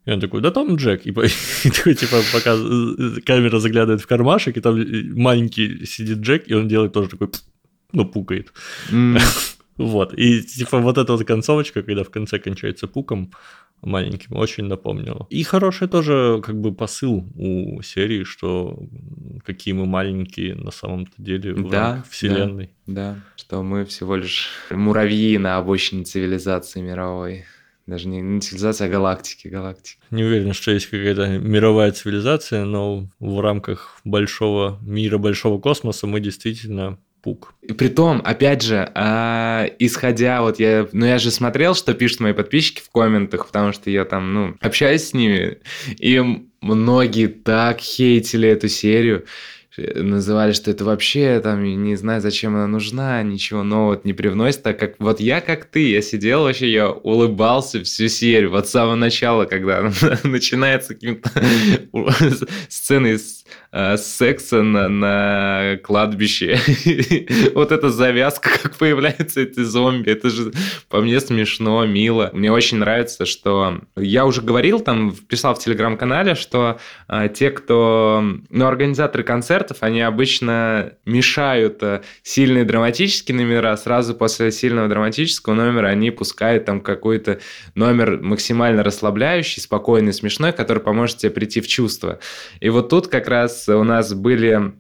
И он такой, да там Джек. И, и такой, типа, пока камера заглядывает в кармашек, и там маленький сидит Джек, и он делает тоже такой, ну, пукает. Mm. Вот. И, типа, вот эта вот концовочка, когда в конце кончается пуком маленьким, очень напомнила. И хороший тоже, как бы, посыл у серии, что какие мы маленькие на самом-то деле в да, рамках вселенной. Да, да, что мы всего лишь муравьи на обочине цивилизации мировой. Даже не, не цивилизация, а галактики, галактики. Не уверен, что есть какая-то мировая цивилизация, но в рамках большого мира, большого космоса мы действительно пук. И притом, опять же, а, исходя, вот я, ну я же смотрел, что пишут мои подписчики в комментах, потому что я там, ну, общаюсь с ними, и многие так хейтили эту серию, называли, что это вообще, там, не знаю, зачем она нужна, ничего нового не привносит, так как вот я, как ты, я сидел вообще, я улыбался всю серию, вот с самого начала, когда начинается каким-то сценой секса на, на кладбище. Вот эта завязка, как появляются эти зомби, это же по мне смешно, мило. Мне очень нравится, что... Я уже говорил, там, писал в телеграм-канале, что а, те, кто... Ну, организаторы концертов, они обычно мешают а, сильные драматические номера, сразу после сильного драматического номера они пускают там какой-то номер максимально расслабляющий, спокойный, смешной, который поможет тебе прийти в чувство. И вот тут как раз у нас были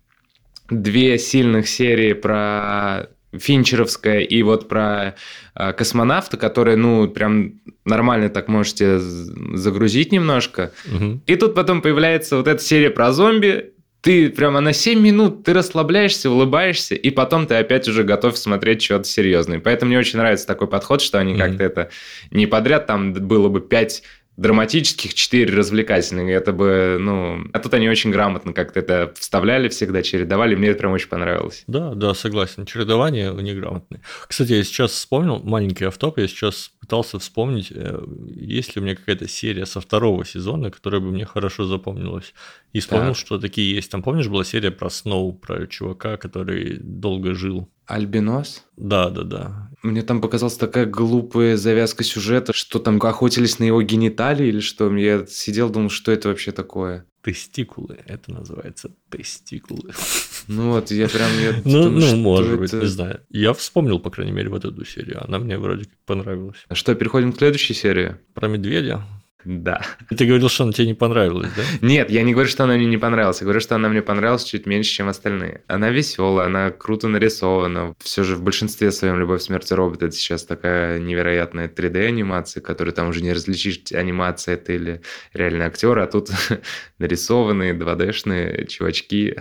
две сильных серии про финчеровское и вот про э, космонавта, которые, ну, прям нормально так можете загрузить немножко. Угу. И тут потом появляется вот эта серия про зомби. Ты прямо на семь минут ты расслабляешься, улыбаешься, и потом ты опять уже готов смотреть что-то серьезное. Поэтому мне очень нравится такой подход, что они mm-hmm. как-то это не подряд, там было бы пять драматических, четыре развлекательных. Это бы, ну... А тут они очень грамотно как-то это вставляли всегда, чередовали. Мне это прям очень понравилось. Да, да, согласен. Чередование у них грамотное. Кстати, я сейчас вспомнил, маленький автоп, я сейчас пытался вспомнить, есть ли у меня какая-то серия со второго сезона, которая бы мне хорошо запомнилась. И вспомнил, так. что такие есть. Там, помнишь, была серия про Сноу, про чувака, который долго жил? Альбинос? Да, да, да. Мне там показалась такая глупая завязка сюжета, что там охотились на его гениталии или что. Я сидел, думал, что это вообще такое. Тестикулы, это называется тестикулы. Ну вот, я прям... Я ну, думаю, ну может быть, это... не знаю. Я вспомнил, по крайней мере, вот эту серию. Она мне вроде как понравилась. Что, переходим к следующей серии? Про медведя? Да. И ты говорил, что она тебе не понравилась, да? Нет, я не говорю, что она мне не понравилась. Я говорю, что она мне понравилась чуть меньше, чем остальные. Она веселая, она круто нарисована. Все же в большинстве своем «Любовь, смерть и робот» это сейчас такая невероятная три дэ-анимация, которую там уже не различишь, анимация это или реальный актер, а тут нарисованные два дэ-шные чувачки,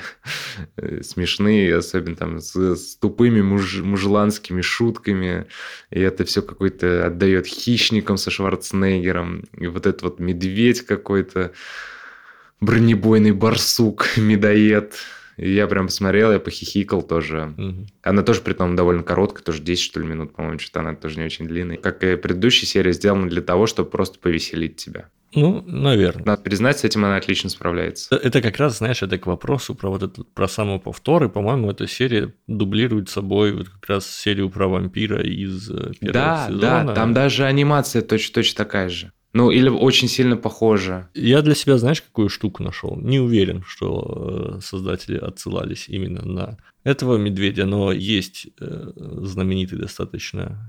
смешные, особенно там с, с тупыми муж, мужланскими шутками. И это все какой-то отдает «Хищникам» со Шварценеггером. И вот это вот медведь какой-то, бронебойный барсук, медоед. И я прям посмотрел, я похихикал тоже. Угу. Она тоже, при том, довольно короткая, тоже десять, что ли, минут, по-моему, что-то она тоже не очень длинная. Как и предыдущая серия, сделана для того, чтобы просто повеселить тебя. Ну, наверное. Надо признать, с этим она отлично справляется. Это как раз, знаешь, это к вопросу про вот этот, про самоповтор, и, по-моему, эта серия дублирует собой вот как раз серию про вампира из первого да, сезона. Да, да, там даже анимация точно-точно такая же. Ну, или очень сильно похоже. Я для себя, знаешь, какую штуку нашел? Не уверен, что создатели отсылались именно на этого медведя, но есть знаменитый достаточно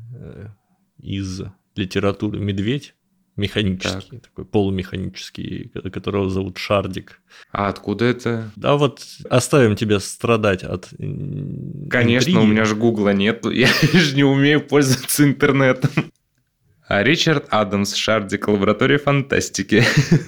из литературы медведь, механический, так. такой полумеханический, которого зовут Шардик. А откуда это? Да вот оставим тебя страдать от Конечно, интриги. У меня же Гугла нету, я же не умею пользоваться интернетом. Ричард Адамс, Шардик, лаборатория фантастики.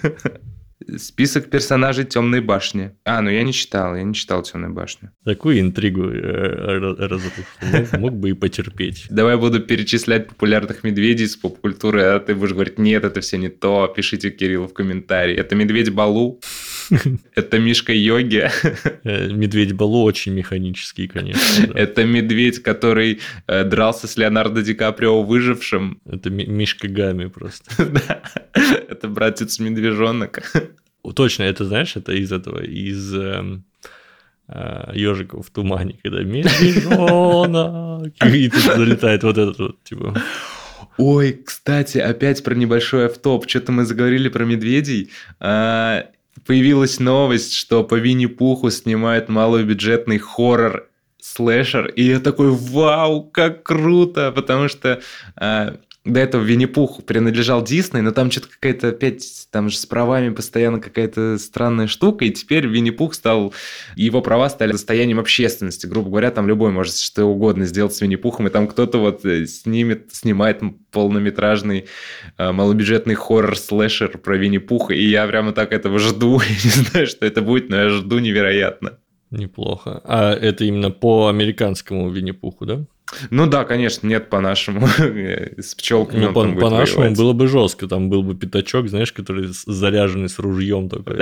Список персонажей «Темной башни». А, ну я не читал, я не читал «Темную башню». Такую интригу разрушил. Мог бы и потерпеть. Давай буду перечислять популярных медведей с поп-культуры, а ты будешь говорить, нет, это все не то. Пишите Кириллу в комментарии. Это медведь Балу. Это Мишка Йоги. Медведь Балу очень механический, конечно. Да. Это медведь, который э, дрался с Леонардо Ди Каприо выжившим. Это Мишка Гами просто. Да. Это братец-медвежонок. Точно, это, знаешь, это из этого, из э, э, «Ежиков в тумане», когда медвежонок, и тут залетает вот этот вот, типа... Ой, кстати, опять про небольшой автоп. Что-то мы заговорили про медведей. А, появилась новость, что по Винни-Пуху снимают малобюджетный хоррор слэшер. И я такой, вау, как круто! Потому что а, до этого Винни-Пух принадлежал Дисней, но там что-то какая-то опять, там же с правами постоянно какая-то странная штука, и теперь Винни-Пух стал, его права стали достоянием общественности. Грубо говоря, там любой может что угодно сделать с Винни-Пухом, и там кто-то вот снимет, снимает полнометражный э, малобюджетный хоррор-слэшер про Винни-Пуха, и я прямо так этого жду. Я не знаю, что это будет, но я жду невероятно. Неплохо. А это именно по американскому Винни-Пуху, да? Ну да, конечно, нет по-нашему. С пчелками ну, он по- там будет по-нашему воевать. было бы жестко. Там был бы пятачок, знаешь, который заряженный с ружьем такой.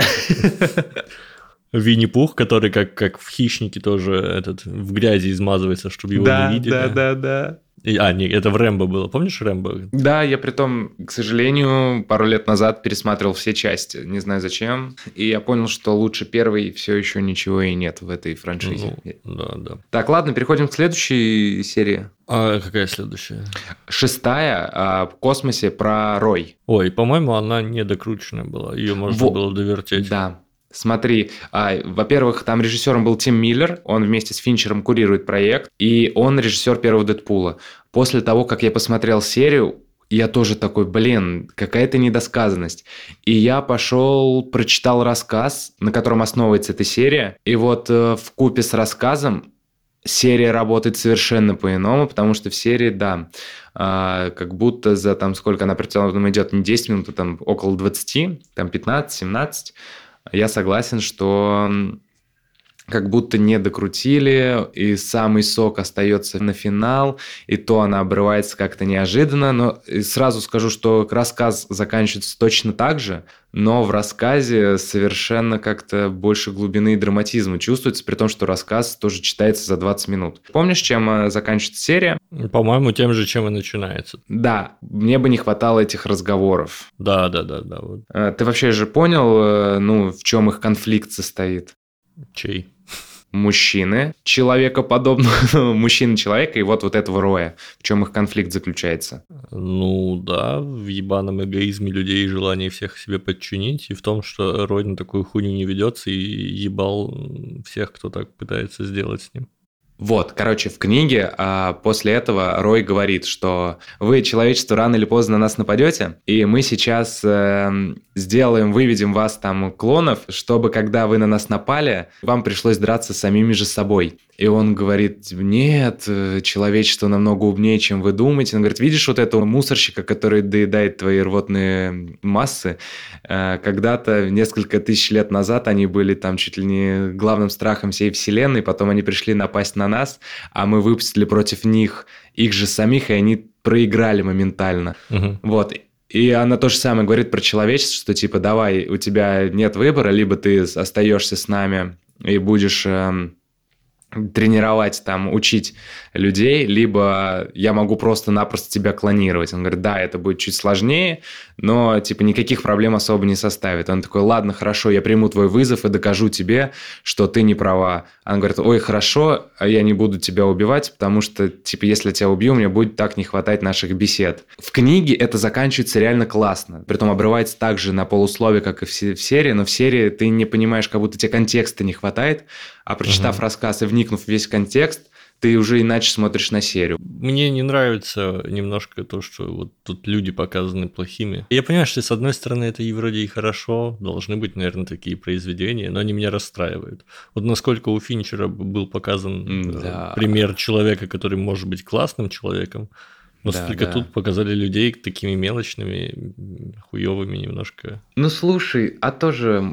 Винни-Пух, который как, как в «Хищнике» тоже этот, в грязи измазывается, чтобы его да, не видели. Да, да, да. И, а, не, это в «Рэмбо» было. Помнишь «Рэмбо»? Да, я притом, к сожалению, пару лет назад пересматривал все части. Не знаю зачем. И я понял, что лучше первой все еще ничего и нет в этой франшизе. Ну, да, да. Так, ладно, переходим к следующей серии. А какая следующая? Шестая, а, в космосе, про Рой. Ой, по-моему, она недокрученная была. Ее можно Во... было довертеть. Да. Смотри, а, во-первых, там режиссером был Тим Миллер, он вместе с Финчером курирует проект, и он режиссер первого Дэдпула. После того, как я посмотрел серию, я тоже такой, блин, какая-то недосказанность. И я пошел, прочитал рассказ, на котором основывается эта серия, и вот э, вкупе с рассказом серия работает совершенно по-иному, потому что в серии, да, а, как будто за там сколько она прицелом идет, не десять минут, а там около двадцать, там пятнадцать-семнадцать. Я согласен, что как будто не докрутили, и самый сок остается на финал, и то она обрывается как-то неожиданно. Но сразу скажу, что рассказ заканчивается точно так же, но в рассказе совершенно как-то больше глубины и драматизма чувствуется, при том, что рассказ тоже читается за двадцать минут. Помнишь, чем заканчивается серия? По-моему, тем же, чем и начинается. Да, мне бы не хватало этих разговоров. Да, да, да, да. Вот. Ты вообще же понял, ну, в чем их конфликт состоит? Чей? Мужчины, человекоподобного, мужчины человека, и вот вот этого Роя. В чем их конфликт заключается? Ну да, в ебаном эгоизме людей и желании всех себе подчинить, и в том, что Рой на такую хуйню не ведется и ебал всех, кто так пытается сделать с ним. Вот, короче, в книге а, после этого Рой говорит, что вы, человечество, рано или поздно на нас нападете, и мы сейчас э, сделаем, выведем вас там клонов, чтобы когда вы на нас напали, вам пришлось драться с самими же собой. И он говорит, нет, человечество намного умнее, чем вы думаете. Он говорит, видишь вот этого мусорщика, который доедает твои рвотные массы? Когда-то, несколько тысяч лет назад, они были там чуть ли не главным страхом всей вселенной, потом они пришли напасть на нас, а мы выпустили против них их же самих, и они проиграли моментально. Угу. Вот. И она то же самое говорит про человечество, что типа давай, у тебя нет выбора, либо ты остаешься с нами и будешь... тренировать, там, учить людей, либо я могу просто-напросто тебя клонировать. Он говорит, да, это будет чуть сложнее, но, типа, никаких проблем особо не составит. Он такой, ладно, хорошо, я приму твой вызов и докажу тебе, что ты не права. Он говорит, ой, хорошо, а я не буду тебя убивать, потому что, типа, если я тебя убью, мне будет так не хватать наших бесед. В книге это заканчивается реально классно. Притом обрывается так же на полусловие, как и в серии, но в серии ты не понимаешь, как будто тебе контекста не хватает, а прочитав uh-huh. рассказ и вникнув в весь контекст, ты уже иначе смотришь на серию. Мне не нравится немножко то, что вот тут люди показаны плохими. Я понимаю, что с одной стороны это и вроде и хорошо, должны быть, наверное, такие произведения, но они меня расстраивают. Вот насколько у Финчера был показан да. пример человека, который может быть классным человеком, но да, только да. тут показали людей такими мелочными, хуёвыми немножко. Ну слушай, а тоже...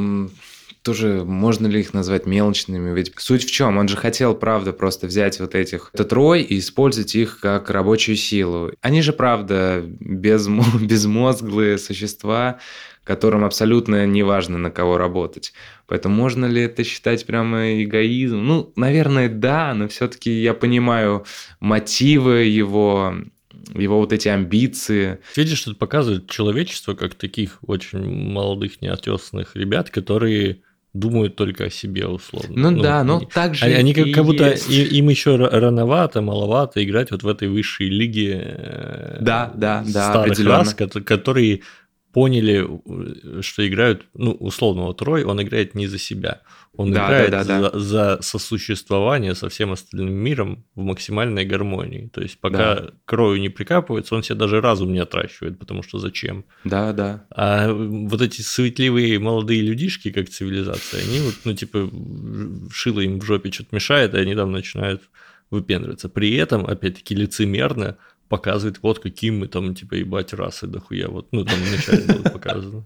тоже можно ли их назвать мелочными? Ведь суть в чем? Он же хотел, правда, просто взять вот этих, этот Рой и использовать их как рабочую силу. Они же, правда, безмо... безмозглые существа, которым абсолютно не важно, на кого работать. Поэтому можно ли это считать прямо эгоизмом? Ну, наверное, да, но все-таки я понимаю мотивы его... его вот эти амбиции. Видишь, тут показывает человечество как таких очень молодых, неотесанных ребят, которые думают только о себе, условно. Ну, ну да, но они, так же Они, они как, как будто есть. им еще рановато, маловато играть вот в этой высшей лиге да, да, старых да, рас, которые поняли, что играют, ну, условно, вот Рой, он играет не за себя. Он да, играет да, да, за, да. за сосуществование со всем остальным миром в максимальной гармонии. То есть, пока да. к Рою не прикапывается, он себе даже разум не отращивает, потому что зачем? Да, да. А вот эти суетливые молодые людишки, как цивилизация, они вот, ну, типа, шило им в жопе что-то мешает, и они там начинают выпендриваться. При этом, опять-таки, лицемерно показывает, вот каким мы там, типа, ебать, расы дохуя. Вот, ну, там вначале было показано.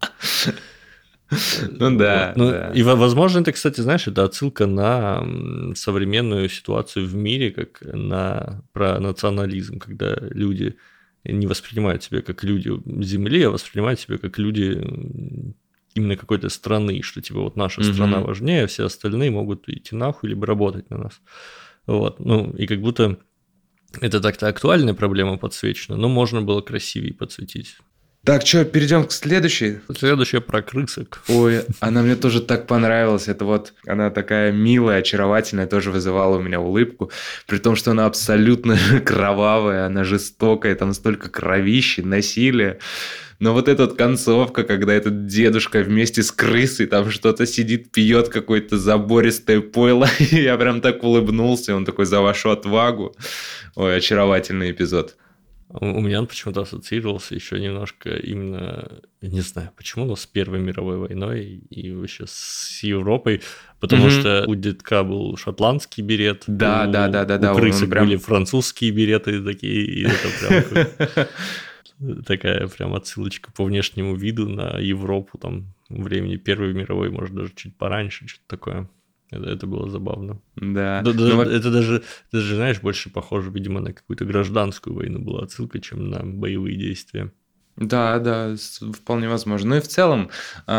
Ну да, вот. ну, да. И, возможно, это, кстати, знаешь, это отсылка на современную ситуацию в мире, как на про национализм, когда люди не воспринимают себя как люди Земли, а воспринимают себя как люди именно какой-то страны, что типа вот наша mm-hmm. страна важнее, а все остальные могут идти нахуй либо работать на нас. Вот. Ну, и как будто это так-то актуальная проблема подсвечена, но можно было красивее подсветить. Так, что, перейдем к следующей? Следующая про крысок. Ой, она мне тоже так понравилась. Это вот, она такая милая, очаровательная, тоже вызывала у меня улыбку. При том, что она абсолютно кровавая, она жестокая, там столько кровищи, насилия. Но вот эта вот концовка, когда этот дедушка вместе с крысой там что-то сидит, пьет какое-то забористое пойло, я прям так улыбнулся, он такой за вашу отвагу. Ой, очаровательный эпизод. У меня он почему-то ассоциировался еще немножко именно, я не знаю почему, но с Первой мировой войной и вообще с Европой, потому mm-hmm. что у дедка был шотландский берет, да, у, да, да, да, у да, крысок прям... были французские береты такие, и это прям такая прям отсылочка по внешнему виду на Европу, там, времени Первой мировой, может, даже чуть пораньше, что-то такое. Это, это было забавно. Да. да, ну, да это даже, даже, знаешь, больше похоже, видимо, на какую-то гражданскую войну была отсылка, чем на боевые действия. Да, да, вполне возможно. Ну и в целом,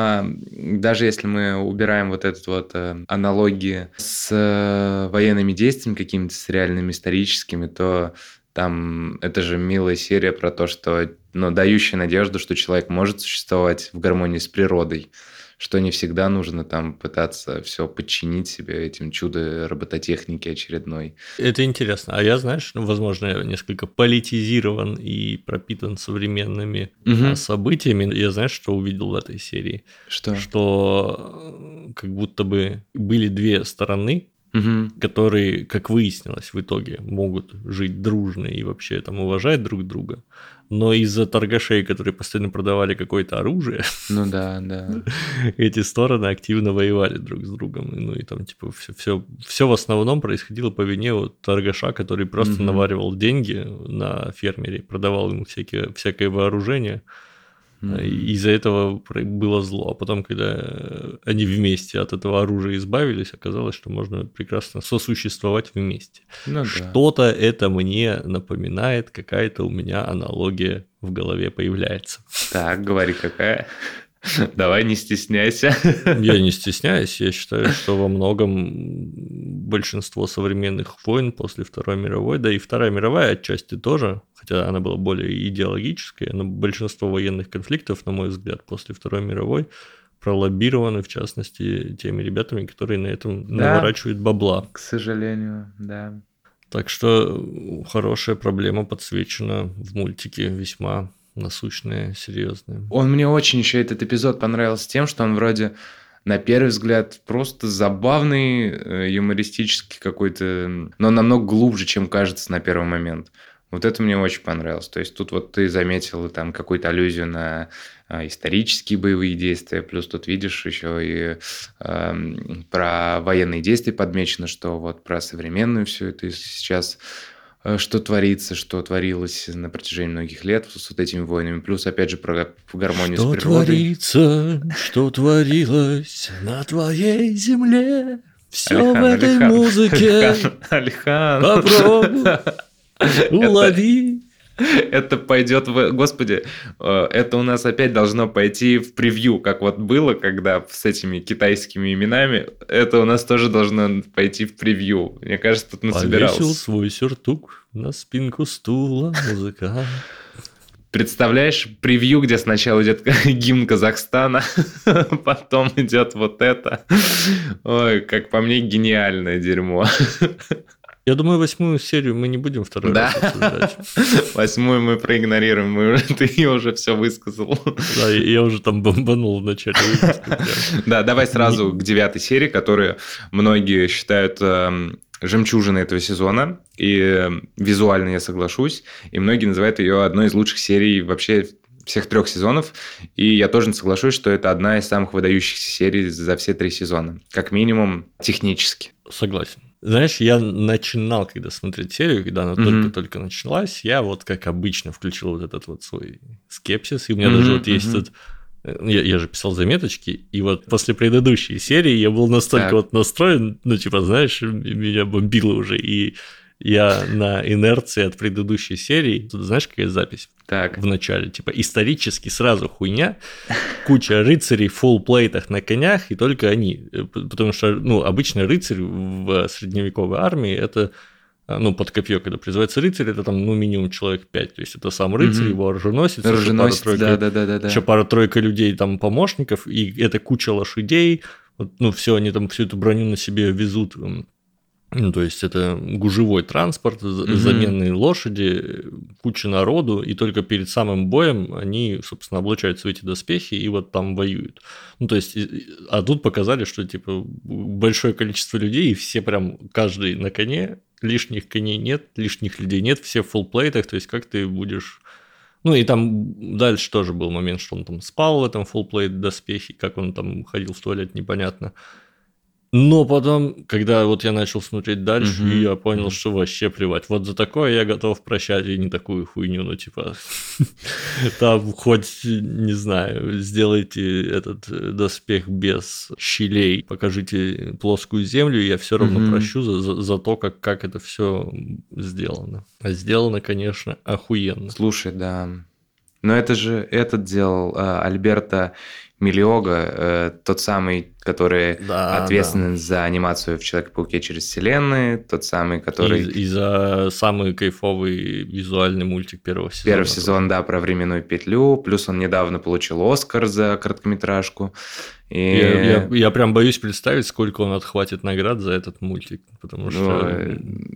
даже если мы убираем вот эту вот аналогии с военными действиями какими-то, с реальными историческими, то там это же милая серия про то, что, ну, дающая надежду, что человек может существовать в гармонии с природой, что не всегда нужно там пытаться все подчинить себе этим чудо робототехники очередной. Это интересно. А я, знаешь, ну, возможно, я несколько политизирован и пропитан современными угу. событиями. Я, знаешь, что увидел в этой серии? Что? Что как будто бы были две стороны, угу. которые, как выяснилось в итоге, могут жить дружно и вообще там уважать друг друга. Но из-за торгашей, которые постоянно продавали какое-то оружие, ну да, да, эти стороны активно воевали друг с другом. Ну и там типа все, все, все в основном происходило по вине вот торгаша, который просто mm-hmm. наваривал деньги на фермере, продавал ему всякие, всякое вооружение. Mm-hmm. И из-за этого было зло. А потом, когда они вместе от этого оружия избавились, оказалось, что можно прекрасно сосуществовать вместе. Ну, Что-то да. это мне напоминает, какая-то у меня аналогия в голове появляется. Так, говори, какая? Давай, не стесняйся. Я не стесняюсь. Я считаю, что во многом большинство современных войн после Второй мировой, да и Вторая мировая отчасти тоже, хотя она была более идеологическая, но большинство военных конфликтов, на мой взгляд, после Второй мировой пролоббированы, в частности, теми ребятами, которые на этом да, наворачивают бабла. К сожалению, да. Так что хорошая проблема подсвечена в мультике весьма насущная, серьезная. Он мне очень еще этот эпизод понравился тем, что он вроде на первый взгляд просто забавный, юмористический какой-то, но намного глубже, чем кажется на первый момент. Вот это мне очень понравилось. То есть тут вот ты заметил там какую-то аллюзию на исторические боевые действия, плюс тут видишь еще и э, про военные действия подмечено, что вот про современную все это сейчас... что творится, что творилось на протяжении многих лет с вот этими войнами. Плюс, опять же, про гармонию что с природой. Что творится, что творилось на твоей земле. Все Алихан, в этой Алихан, музыке. Алихан. Попробуй, улови. Это пойдет в... Господи, это у нас опять должно пойти в превью, как вот было, когда с этими китайскими именами. Это у нас тоже должно пойти в превью. Мне кажется, тут насобирался. Повесил свой сюртук на спинку стула музыкант. Представляешь, превью, где сначала идет гимн Казахстана, потом идет вот это. Ой, как по мне, гениальное дерьмо. Я думаю, восьмую серию мы не будем второй да. раз обсуждать. Восьмую мы проигнорируем, мы уже, ты ее уже все высказал. Да, я уже там бомбанул в начале выпуска. Да, давай сразу к девятой серии, которую многие считают жемчужиной этого сезона, и визуально я соглашусь, и многие называют ее одной из лучших серий вообще всех трех сезонов, и я тоже соглашусь, что это одна из самых выдающихся серий за все три сезона, как минимум технически. Согласен. Знаешь, я начинал, когда смотреть серию, когда она mm-hmm. только-только началась, я вот, как обычно, включил вот этот вот свой скепсис, и у меня mm-hmm. даже вот есть mm-hmm. тут... Я, я же писал заметочки, и вот после предыдущей серии я был настолько так. вот настроен, ну, типа, знаешь, меня бомбило уже, и я на инерции от предыдущей серии, тут знаешь, какая запись? Так. В начале, типа, исторически сразу хуйня, куча рыцарей в фулл-плейтах на конях, и только они, потому что, ну, обычно рыцарь в средневековой армии – это, ну, под копье, когда призывается рыцарь, это там, ну, минимум человек пять, то есть это сам рыцарь, mm-hmm. его оруженосец, оруженосец, да, да, да, да, да. еще пара-тройка людей, там, помощников, и это куча лошадей, вот, ну, все, они там всю эту броню на себе везут. Ну, то есть это гужевой транспорт, mm-hmm. заменные лошади, куча народу, и только перед самым боем они, собственно, облачаются в эти доспехи и вот там воюют. Ну, то есть, а тут показали, что типа большое количество людей, и все прям, каждый на коне, лишних коней нет, лишних людей нет, все в фулл-плейтах, то есть как ты будешь... Ну, и там дальше тоже был момент, что он там спал в этом фулл-плейт доспехе, как он там ходил в туалет, непонятно. Но потом, когда вот я начал смотреть дальше, mm-hmm. я понял, что вообще плевать. Вот за такое я готов прощать и не такую хуйню, ну типа, там хоть, не знаю, сделайте этот доспех без щелей, покажите плоскую землю, я все равно mm-hmm. прощу за, за, за то, как, как это все сделано. А сделано, конечно, охуенно. Слушай, да. Но это же этот делал а, Альберто Миллиога, э, тот самый, который да, ответственен да. за анимацию в Человеке-пауке через вселенные, тот самый, который... И, и за самый кайфовый визуальный мультик первого сезона. Первый сезон, да, про временную петлю, плюс он недавно получил Оскар за короткометражку. И... Я, я, я прям боюсь представить, сколько он отхватит наград за этот мультик, потому что...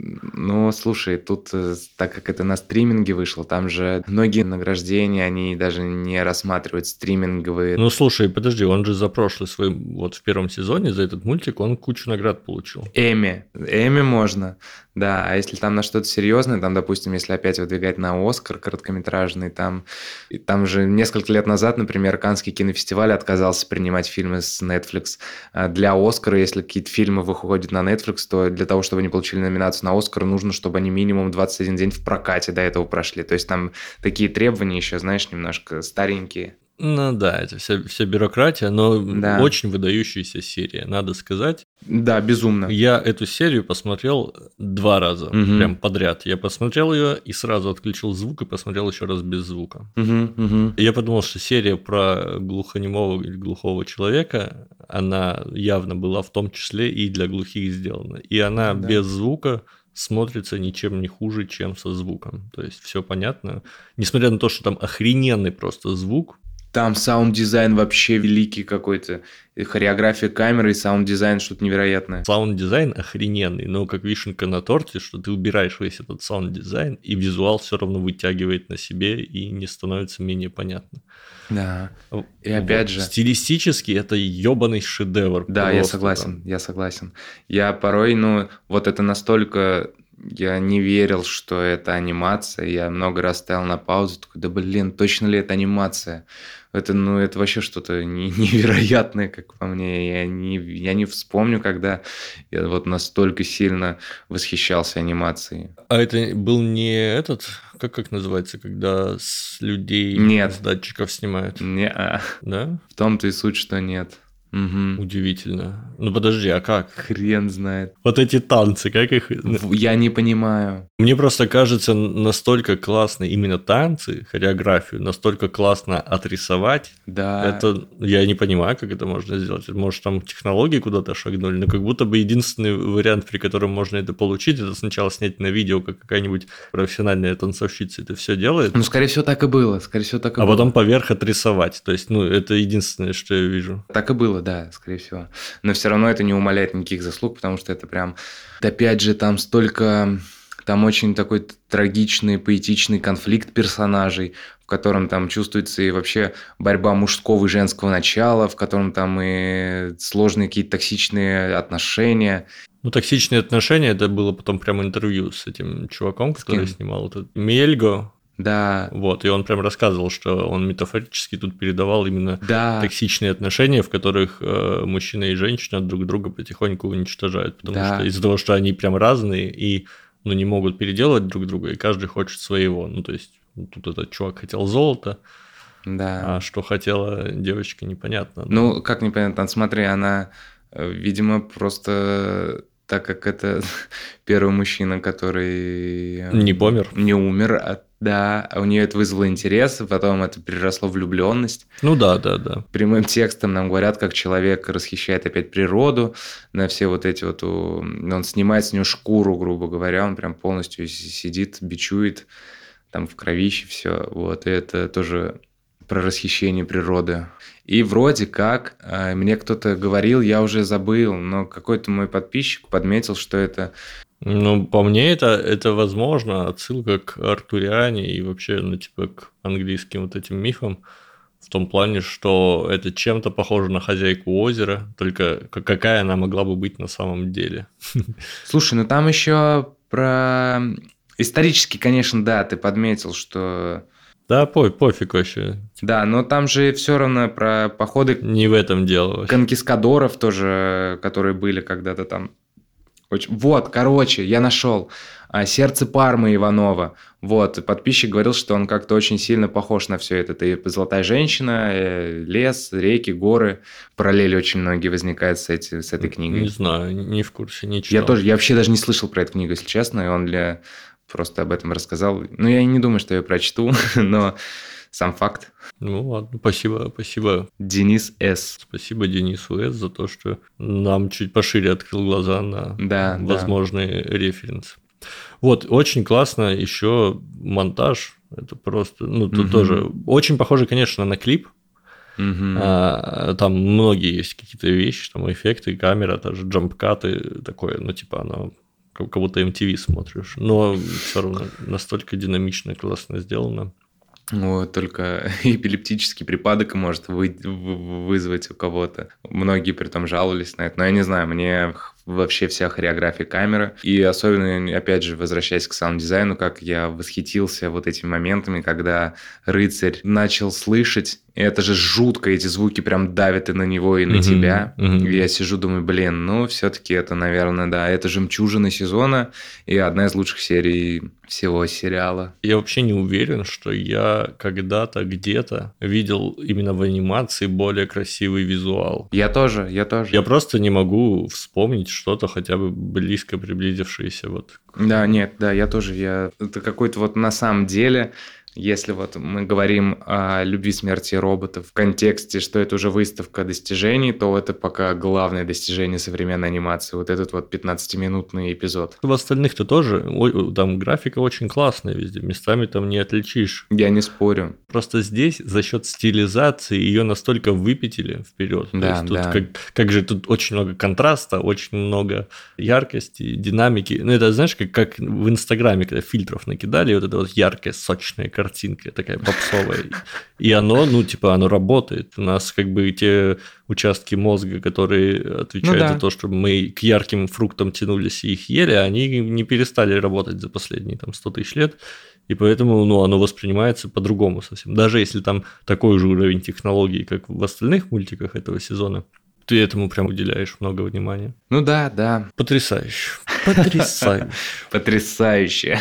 Ну, ну, слушай, тут, так как это на стриминге вышло, там же многие награждения, они даже не рассматривают стриминговые... Ну, слушай, подожди, он же за прошлый свой, вот в первом сезоне, за этот мультик, он кучу наград получил. Эмми. Эмми можно, да, а если там на что-то серьезное, там, допустим, если опять выдвигать на Оскар короткометражный, там, там же несколько лет назад, например, Каннский кинофестиваль отказался принимать фильмы с Netflix. Для Оскара, если какие-то фильмы выходят на Netflix, то для того, чтобы они получили номинацию на Оскар, нужно, чтобы они минимум двадцать один день в прокате до этого прошли. То есть там такие требования еще, знаешь, немножко старенькие. Ну да, это вся, вся бюрократия, но да. очень выдающаяся серия, надо сказать. Да, безумно. Я эту серию посмотрел два раза, угу. прям подряд. Я посмотрел ее и сразу отключил звук и посмотрел еще раз без звука. Угу, угу. И я подумал, что серия про глухонемого или глухого человека, она явно была в том числе и для глухих сделана. И она да. без звука смотрится ничем не хуже, чем со звуком. То есть все понятно. Несмотря на то, что там охрененный просто звук. Там саунд-дизайн вообще великий какой-то. И хореография камеры и саунд-дизайн что-то невероятное. Саунд-дизайн охрененный, но как вишенка на торте, что ты убираешь весь этот саунд-дизайн, и визуал все равно вытягивает на себе и не становится менее понятно. Да. И опять вот. же... Стилистически это ебаный шедевр. Да, я согласен, там. я согласен. Я порой, ну, вот это настолько... Я не верил, что это анимация. Я много раз стоял на паузу, такой, да блин, точно ли это анимация? Это, ну, это вообще что-то невероятное, как по мне. Я не, я не вспомню, когда я вот настолько сильно восхищался анимацией. А это был не этот, как, как называется, когда с людей нет. с датчиков снимают? Не-а. Да? В том-то и суть, что нет. Угу. Удивительно. Ну подожди, а как? Хрен знает. Вот эти танцы, как их... Я не понимаю. Мне просто кажется, настолько классно именно танцы, хореографию, настолько классно отрисовать. Да. Это я не понимаю, как это можно сделать. Может, там технологии куда-то шагнули, но как будто бы единственный вариант, при котором можно это получить, это сначала снять на видео, как какая-нибудь профессиональная танцовщица это все делает. Ну, скорее всего, так и было. Скорее всего, так и а было. потом поверх отрисовать. То есть, ну, это единственное, что я вижу. Так и было, да, скорее всего. Но все равно это не умаляет никаких заслуг, потому что это прям... Опять же, там столько... Там очень такой трагичный, поэтичный конфликт персонажей, в котором там чувствуется и вообще борьба мужского и женского начала, в котором там и сложные какие-то токсичные отношения. Ну, токсичные отношения, это было потом прям интервью с этим чуваком, который снимал этот Мельго. Да. Вот, и он прям рассказывал, что он метафорически тут передавал именно да. токсичные отношения, в которых э, мужчина и женщина друг друга потихоньку уничтожают, потому да. что из-за того, что они прям разные и ну, не могут переделать друг друга, и каждый хочет своего. Ну, то есть, тут этот чувак хотел золото, да. а что хотела девочка, непонятно. Ну, да. Как непонятно? Смотри, она, видимо, просто... Так как это первый мужчина, который... Не помер. Не умер, а, да. А у нее это вызвало интерес, потом это переросло в влюбленность. Ну да, да, да. Прямым текстом нам говорят, как человек расхищает опять природу, на все вот эти вот... Он снимает с нее шкуру, грубо говоря, он прям полностью сидит, бичует, там в кровище все. Вот, и это тоже про расхищение природы. И вроде как, мне кто-то говорил, я уже забыл, но какой-то мой подписчик подметил, что это... Ну, по мне, это, это возможно, отсылка к Артуриане и вообще, ну, типа, к английским вот этим мифам, в том плане, что это чем-то похоже на хозяйку озера, только какая она могла бы быть на самом деле. Слушай, ну там еще про... Исторически, конечно, да, ты подметил, что... Да, по, пофиг вообще. Да, но там же все равно про походы... Не в этом дело вообще. Конкискадоров тоже, которые были когда-то там. Вот, короче, я нашел. «Сердце Пармы» Иванова. Вот, подписчик говорил, что он как-то очень сильно похож на все это. Это «Золотая женщина», лес, реки, горы. Параллели очень многие возникают с, эти, с этой книгой. Не знаю, не в курсе, не читал. Я тоже, я вообще даже не слышал про эту книгу, если честно, и он для... просто об этом рассказал. Ну, я не думаю, что я прочту, но сам факт. Ну, ладно, спасибо, спасибо. Денис С. Спасибо Денису С. за то, что нам чуть пошире открыл глаза на да, возможные да. референсы. Вот, очень классно еще монтаж. Это просто, ну, тут угу. тоже очень похоже, конечно, на клип. Угу. А, там многие есть какие-то вещи, там эффекты, камера, даже джампкаты, такое, ну, типа, оно... как будто эм ти ви смотришь, но все равно настолько динамично, классно сделано. Вот, только эпилептический припадок может вы, вызвать у кого-то. Многие при этом жаловались на это, но я не знаю, мне вообще вся хореография камеры. И особенно, опять же, возвращаясь к саунд-дизайну, как я восхитился вот этими моментами, когда рыцарь начал слышать. И это же жутко, эти звуки прям давят и на него, и на uh-huh, тебя. Uh-huh. И я сижу, думаю, блин, ну, все-таки это, наверное, да, это жемчужина сезона и одна из лучших серий всего сериала. Я вообще не уверен, что я когда-то где-то видел именно в анимации более красивый визуал. Я тоже, я тоже. Я просто не могу вспомнить что-то хотя бы близко приблизившееся вот. Да, нет, да, я тоже, я... Это какой-то вот на самом деле... Если вот мы говорим о любви, смерти роботов в контексте, что это уже выставка достижений, то это пока главное достижение современной анимации. Вот этот вот пятнадцатиминутный эпизод. В остальных-то тоже, там графика очень классная везде, местами там не отличишь. Я не спорю. Просто здесь за счет стилизации ее настолько выпятили вперед. Да, то есть тут да. как, как же тут очень много контраста, очень много яркости, динамики. Ну это знаешь, как, как в Инстаграме, когда фильтров накидали, вот это вот яркая, сочная картинка такая попсовая. И оно, ну, типа, оно работает. У нас как бы те участки мозга, которые отвечают ну, да. за то, чтобы мы к ярким фруктам тянулись и их ели, они не перестали работать за последние там сто тысяч лет. И поэтому, ну, оно воспринимается по-другому совсем. Даже если там такой же уровень технологий, как в остальных мультиках этого сезона, ты этому прям уделяешь много внимания. Ну да, да. Потрясающе. Потрясающе. Потрясающе.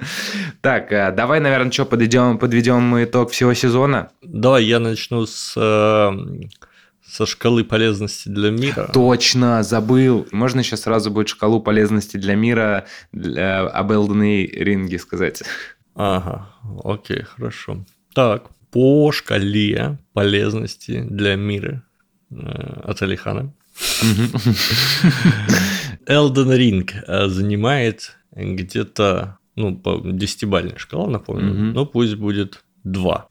Так, давай, наверное, что, подведем, подведем итог всего сезона? Давай я начну с, со шкалы полезности для мира. Точно, забыл. Можно еще сразу будет шкалу полезности для мира для, об Элден Ринге сказать. Ага, окей, хорошо. Так, по шкале полезности для мира от Алихана. Elden Ring занимает где-то, ну, по десятибалльной шкале, напомню, mm-hmm. но пусть будет два.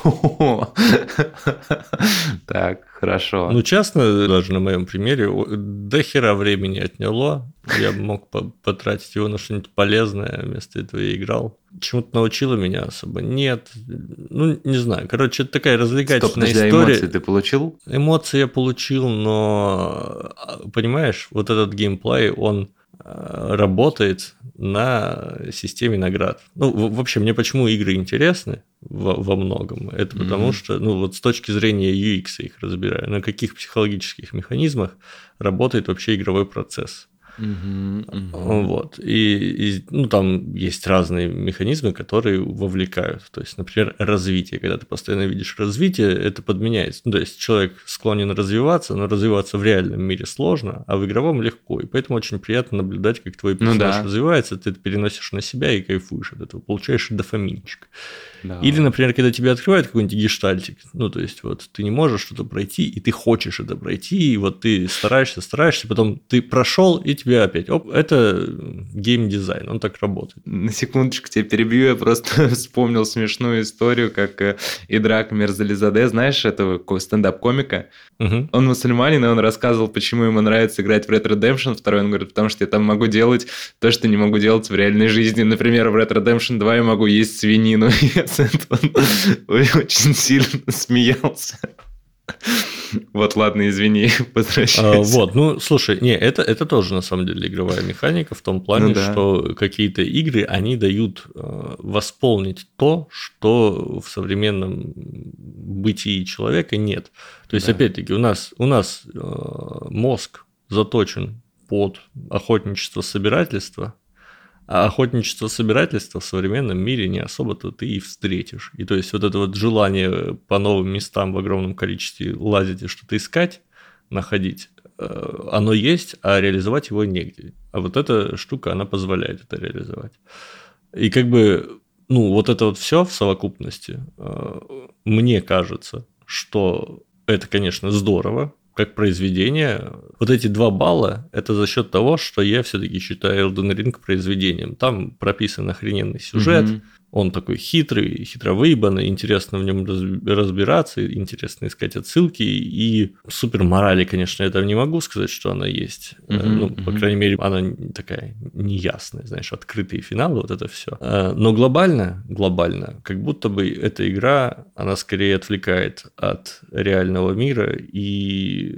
Так, хорошо. Ну, честно, даже на моем примере, до хера времени отняло. Я мог потратить его на что-нибудь полезное, вместо этого я играл. Чему-то научило меня особо? Нет. Ну, не знаю. Короче, это такая развлекательная Стоп, история. Эмоции ты получил? Эмоции я получил, но, понимаешь, вот этот геймплей, он работает на системе наград. Ну, вообще, мне почему игры интересны во, во многом? Это mm-hmm. потому что, ну, вот с точки зрения ю экс я их разбираю, на каких психологических механизмах работает вообще игровой процесс. Mm-hmm. Mm-hmm. Вот. И, и ну, там есть разные механизмы, которые вовлекают. То есть, например, развитие. Когда ты постоянно видишь развитие, это подменяется. Ну, то есть, человек склонен развиваться, но развиваться в реальном мире сложно, а в игровом легко. И поэтому очень приятно наблюдать, как твой персонаж ну, да. развивается, ты это переносишь на себя и кайфуешь от этого, получаешь дофаминчик. Да. Или, например, когда тебе открывают какой-нибудь гештальтик, ну, то есть, вот ты не можешь что-то пройти, и ты хочешь это пройти, и вот ты стараешься, стараешься, потом ты прошел, и тебе опять, оп, это геймдизайн, он так работает. На секундочку тебя перебью, я просто вспомнил смешную историю, как Идрак Мирзализаде, знаешь, этого стендап-комика, угу. Он мусульманин, и он рассказывал, почему ему нравится играть в Red Redemption два, он говорит, потому что я там могу делать то, что не могу делать в реальной жизни, например, в Red Redemption два я могу есть свинину, он очень сильно смеялся. Вот, ладно, извини, возвращайся. А, вот, ну, слушай, не, это, это тоже, на самом деле, игровая механика в том плане, ну, да. что какие-то игры, они дают э, восполнить то, что в современном бытии человека нет. То есть, да. опять-таки, у нас, у нас э, мозг заточен под охотничество-собирательство, а охотничество-собирательство в современном мире не особо-то ты и встретишь. И то есть вот это вот желание по новым местам в огромном количестве лазить и что-то искать, находить, оно есть, а реализовать его негде. А вот эта штука, она позволяет это реализовать. И как бы, ну, вот это вот все в совокупности, мне кажется, что это, конечно, здорово, как произведение. Вот эти два балла – это за счет того, что я все-таки считаю Elden Ring произведением. Там прописан охрененный сюжет, mm-hmm. он такой хитрый, хитро выебанный, интересно в нем разбираться, интересно искать отсылки, и супер морали, конечно, я там не могу сказать, что она есть. Mm-hmm. Ну, mm-hmm. по крайней мере, она такая неясная, знаешь, открытые финалы, вот это все. Но глобально, глобально, как будто бы эта игра, она скорее отвлекает от реального мира, и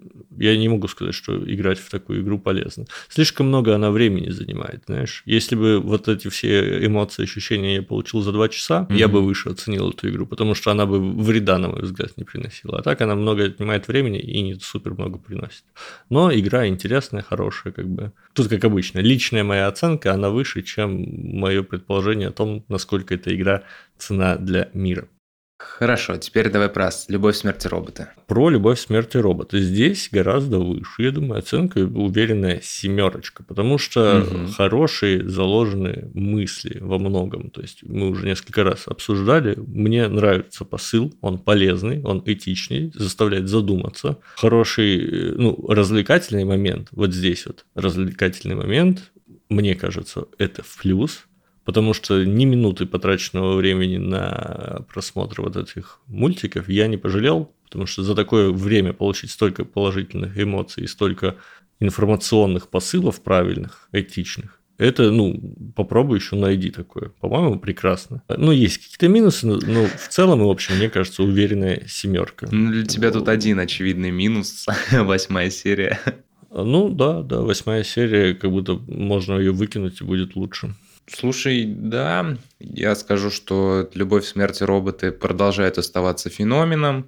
я не могу сказать, что играть в такую игру полезно. Слишком много она времени занимает, знаешь. Если бы вот эти все эмоции, ощущения я получил за два часа, mm-hmm. я бы выше оценил эту игру, потому что она бы вреда, на мой взгляд, не приносила. А так она много отнимает времени и не супер много приносит. Но игра интересная, хорошая, как бы. Тут, как обычно, личная моя оценка, она выше, чем мое предположение о том, насколько эта игра цена для мира. Хорошо, теперь давай про «Любовь, смерть и роботы». Про «Любовь, смерть и роботы». Здесь гораздо выше, я думаю, оценка уверенная семерочка, потому что угу. хорошие заложенные мысли во многом. То есть мы уже несколько раз обсуждали. Мне нравится посыл, он полезный, он этичный, заставляет задуматься. Хороший, ну, развлекательный момент, вот здесь вот развлекательный момент, мне кажется, это в плюс. Потому что ни минуты потраченного времени на просмотр вот этих мультиков я не пожалел, потому что за такое время получить столько положительных эмоций и столько информационных посылов правильных, этичных, это, ну, попробуй еще найди такое. По-моему, прекрасно. Ну, есть какие-то минусы, но в целом, в общем, мне кажется, уверенная семерка. Ну, для тебя тут один очевидный минус, восьмая серия. Ну, да, да, восьмая серия, как будто можно ее выкинуть и будет лучше. Слушай, да, я скажу, что «Любовь, смерть и роботы» продолжают оставаться феноменом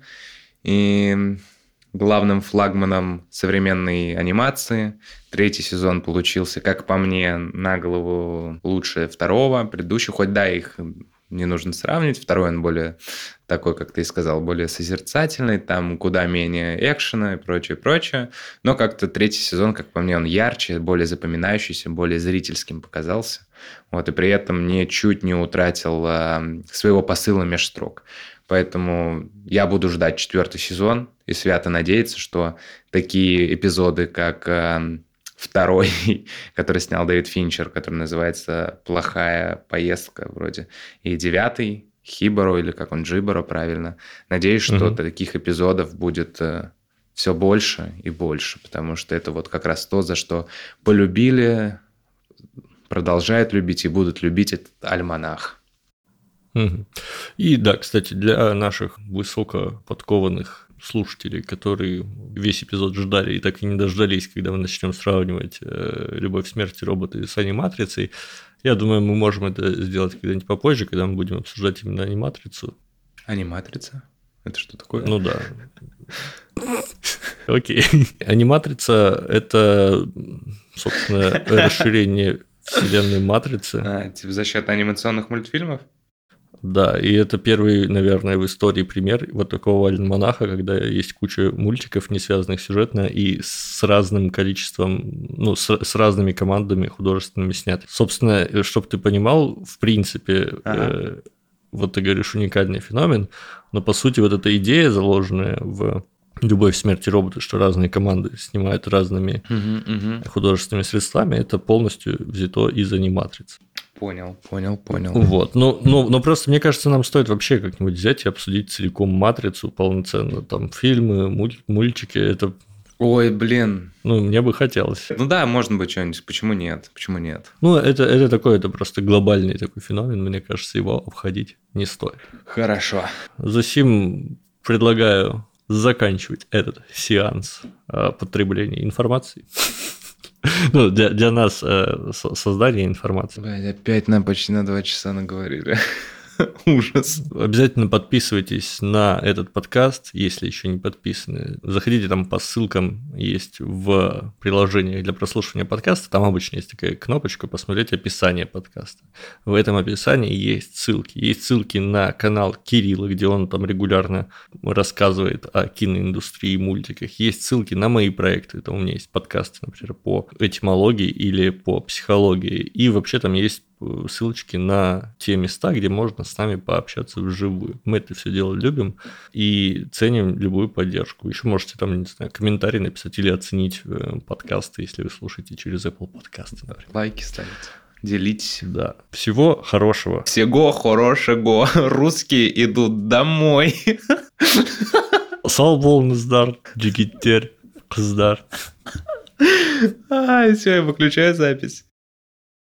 и главным флагманом современной анимации. Третий сезон получился, как по мне, на голову лучше второго. Предыдущий, хоть да, их не нужно сравнивать. Второй, он более такой, как ты и сказал, более созерцательный, там куда менее экшена и прочее, прочее. Но как-то третий сезон, как по мне, он ярче, более запоминающийся, более зрительским показался. Вот, и при этом ничуть не утратил э, своего посыла меж строк. Поэтому я буду ждать четвертый сезон и свято надеяться, что такие эпизоды, как э, второй, который снял Дэвид Финчер, который называется «Плохая поездка» вроде, и девятый, Хибаро, или как он, Джибаро, правильно. Надеюсь, что угу. таких эпизодов будет э, все больше и больше, потому что это вот как раз то, за что полюбили, продолжают любить и будут любить этот альманах. И да, кстати, для наших высоко подкованных слушателей, которые весь эпизод ждали и так и не дождались, когда мы начнем сравнивать «Любовь, смерть и роботы» с «Аниматрицей», я думаю, мы можем это сделать когда-нибудь попозже, когда мы будем обсуждать именно «Аниматрицу». «Аниматрица»? Это что такое? Ну да. Окей. «Аниматрица» — это, собственно, расширение вселенной «Матрицы». А, типа за счет анимационных мультфильмов? Да, и это первый, наверное, в истории пример вот такого альманаха, когда есть куча мультиков, не связанных сюжетно, и с разным количеством, ну, с, с разными командами художественными сняты. Собственно, чтобы ты понимал, в принципе, ага. э, вот ты говоришь, уникальный феномен, но по сути вот эта идея, заложенная в «Любовь, смерть и роботы», что разные команды снимают разными угу, угу. художественными средствами, это полностью взято из «Аниматрицы». Понял, понял, понял. Вот, ну, ну, но просто, мне кажется, нам стоит вообще как-нибудь взять и обсудить целиком «Матрицу» полноценно, там, фильмы, муль- мультики, это... Ой, блин. Ну, мне бы хотелось. Ну да, можно быть что-нибудь, почему нет, почему нет? Ну, это, это такой, это просто глобальный такой феномен, мне кажется, его обходить не стоит. Хорошо. Засим предлагаю заканчивать этот сеанс потребления информации. Ну, для, для нас э, создание информации. Блядь, опять нам почти на два часа наговорили. Ужас. Обязательно подписывайтесь на этот подкаст, если еще не подписаны. Заходите там по ссылкам, есть в приложениях для прослушивания подкаста. Там обычно есть такая кнопочка «Посмотреть описание подкаста». В этом описании есть ссылки. Есть ссылки на канал Кирилла, где он там регулярно рассказывает о киноиндустрии и мультиках. Есть ссылки на мои проекты. Там у меня есть подкасты, например, по этимологии или по психологии. И вообще там есть ссылочки на те места, где можно с нами пообщаться вживую. Мы это все дело любим и ценим любую поддержку. Еще можете там, не знаю, комментарий написать или оценить подкасты, если вы слушаете через Apple подкасты, например. Лайки ставить. Делитесь. Да. Всего хорошего. Всего хорошего. Русские идут домой. Сау болыңыздар, жігіттер, қыздар. А, все, я выключаю запись.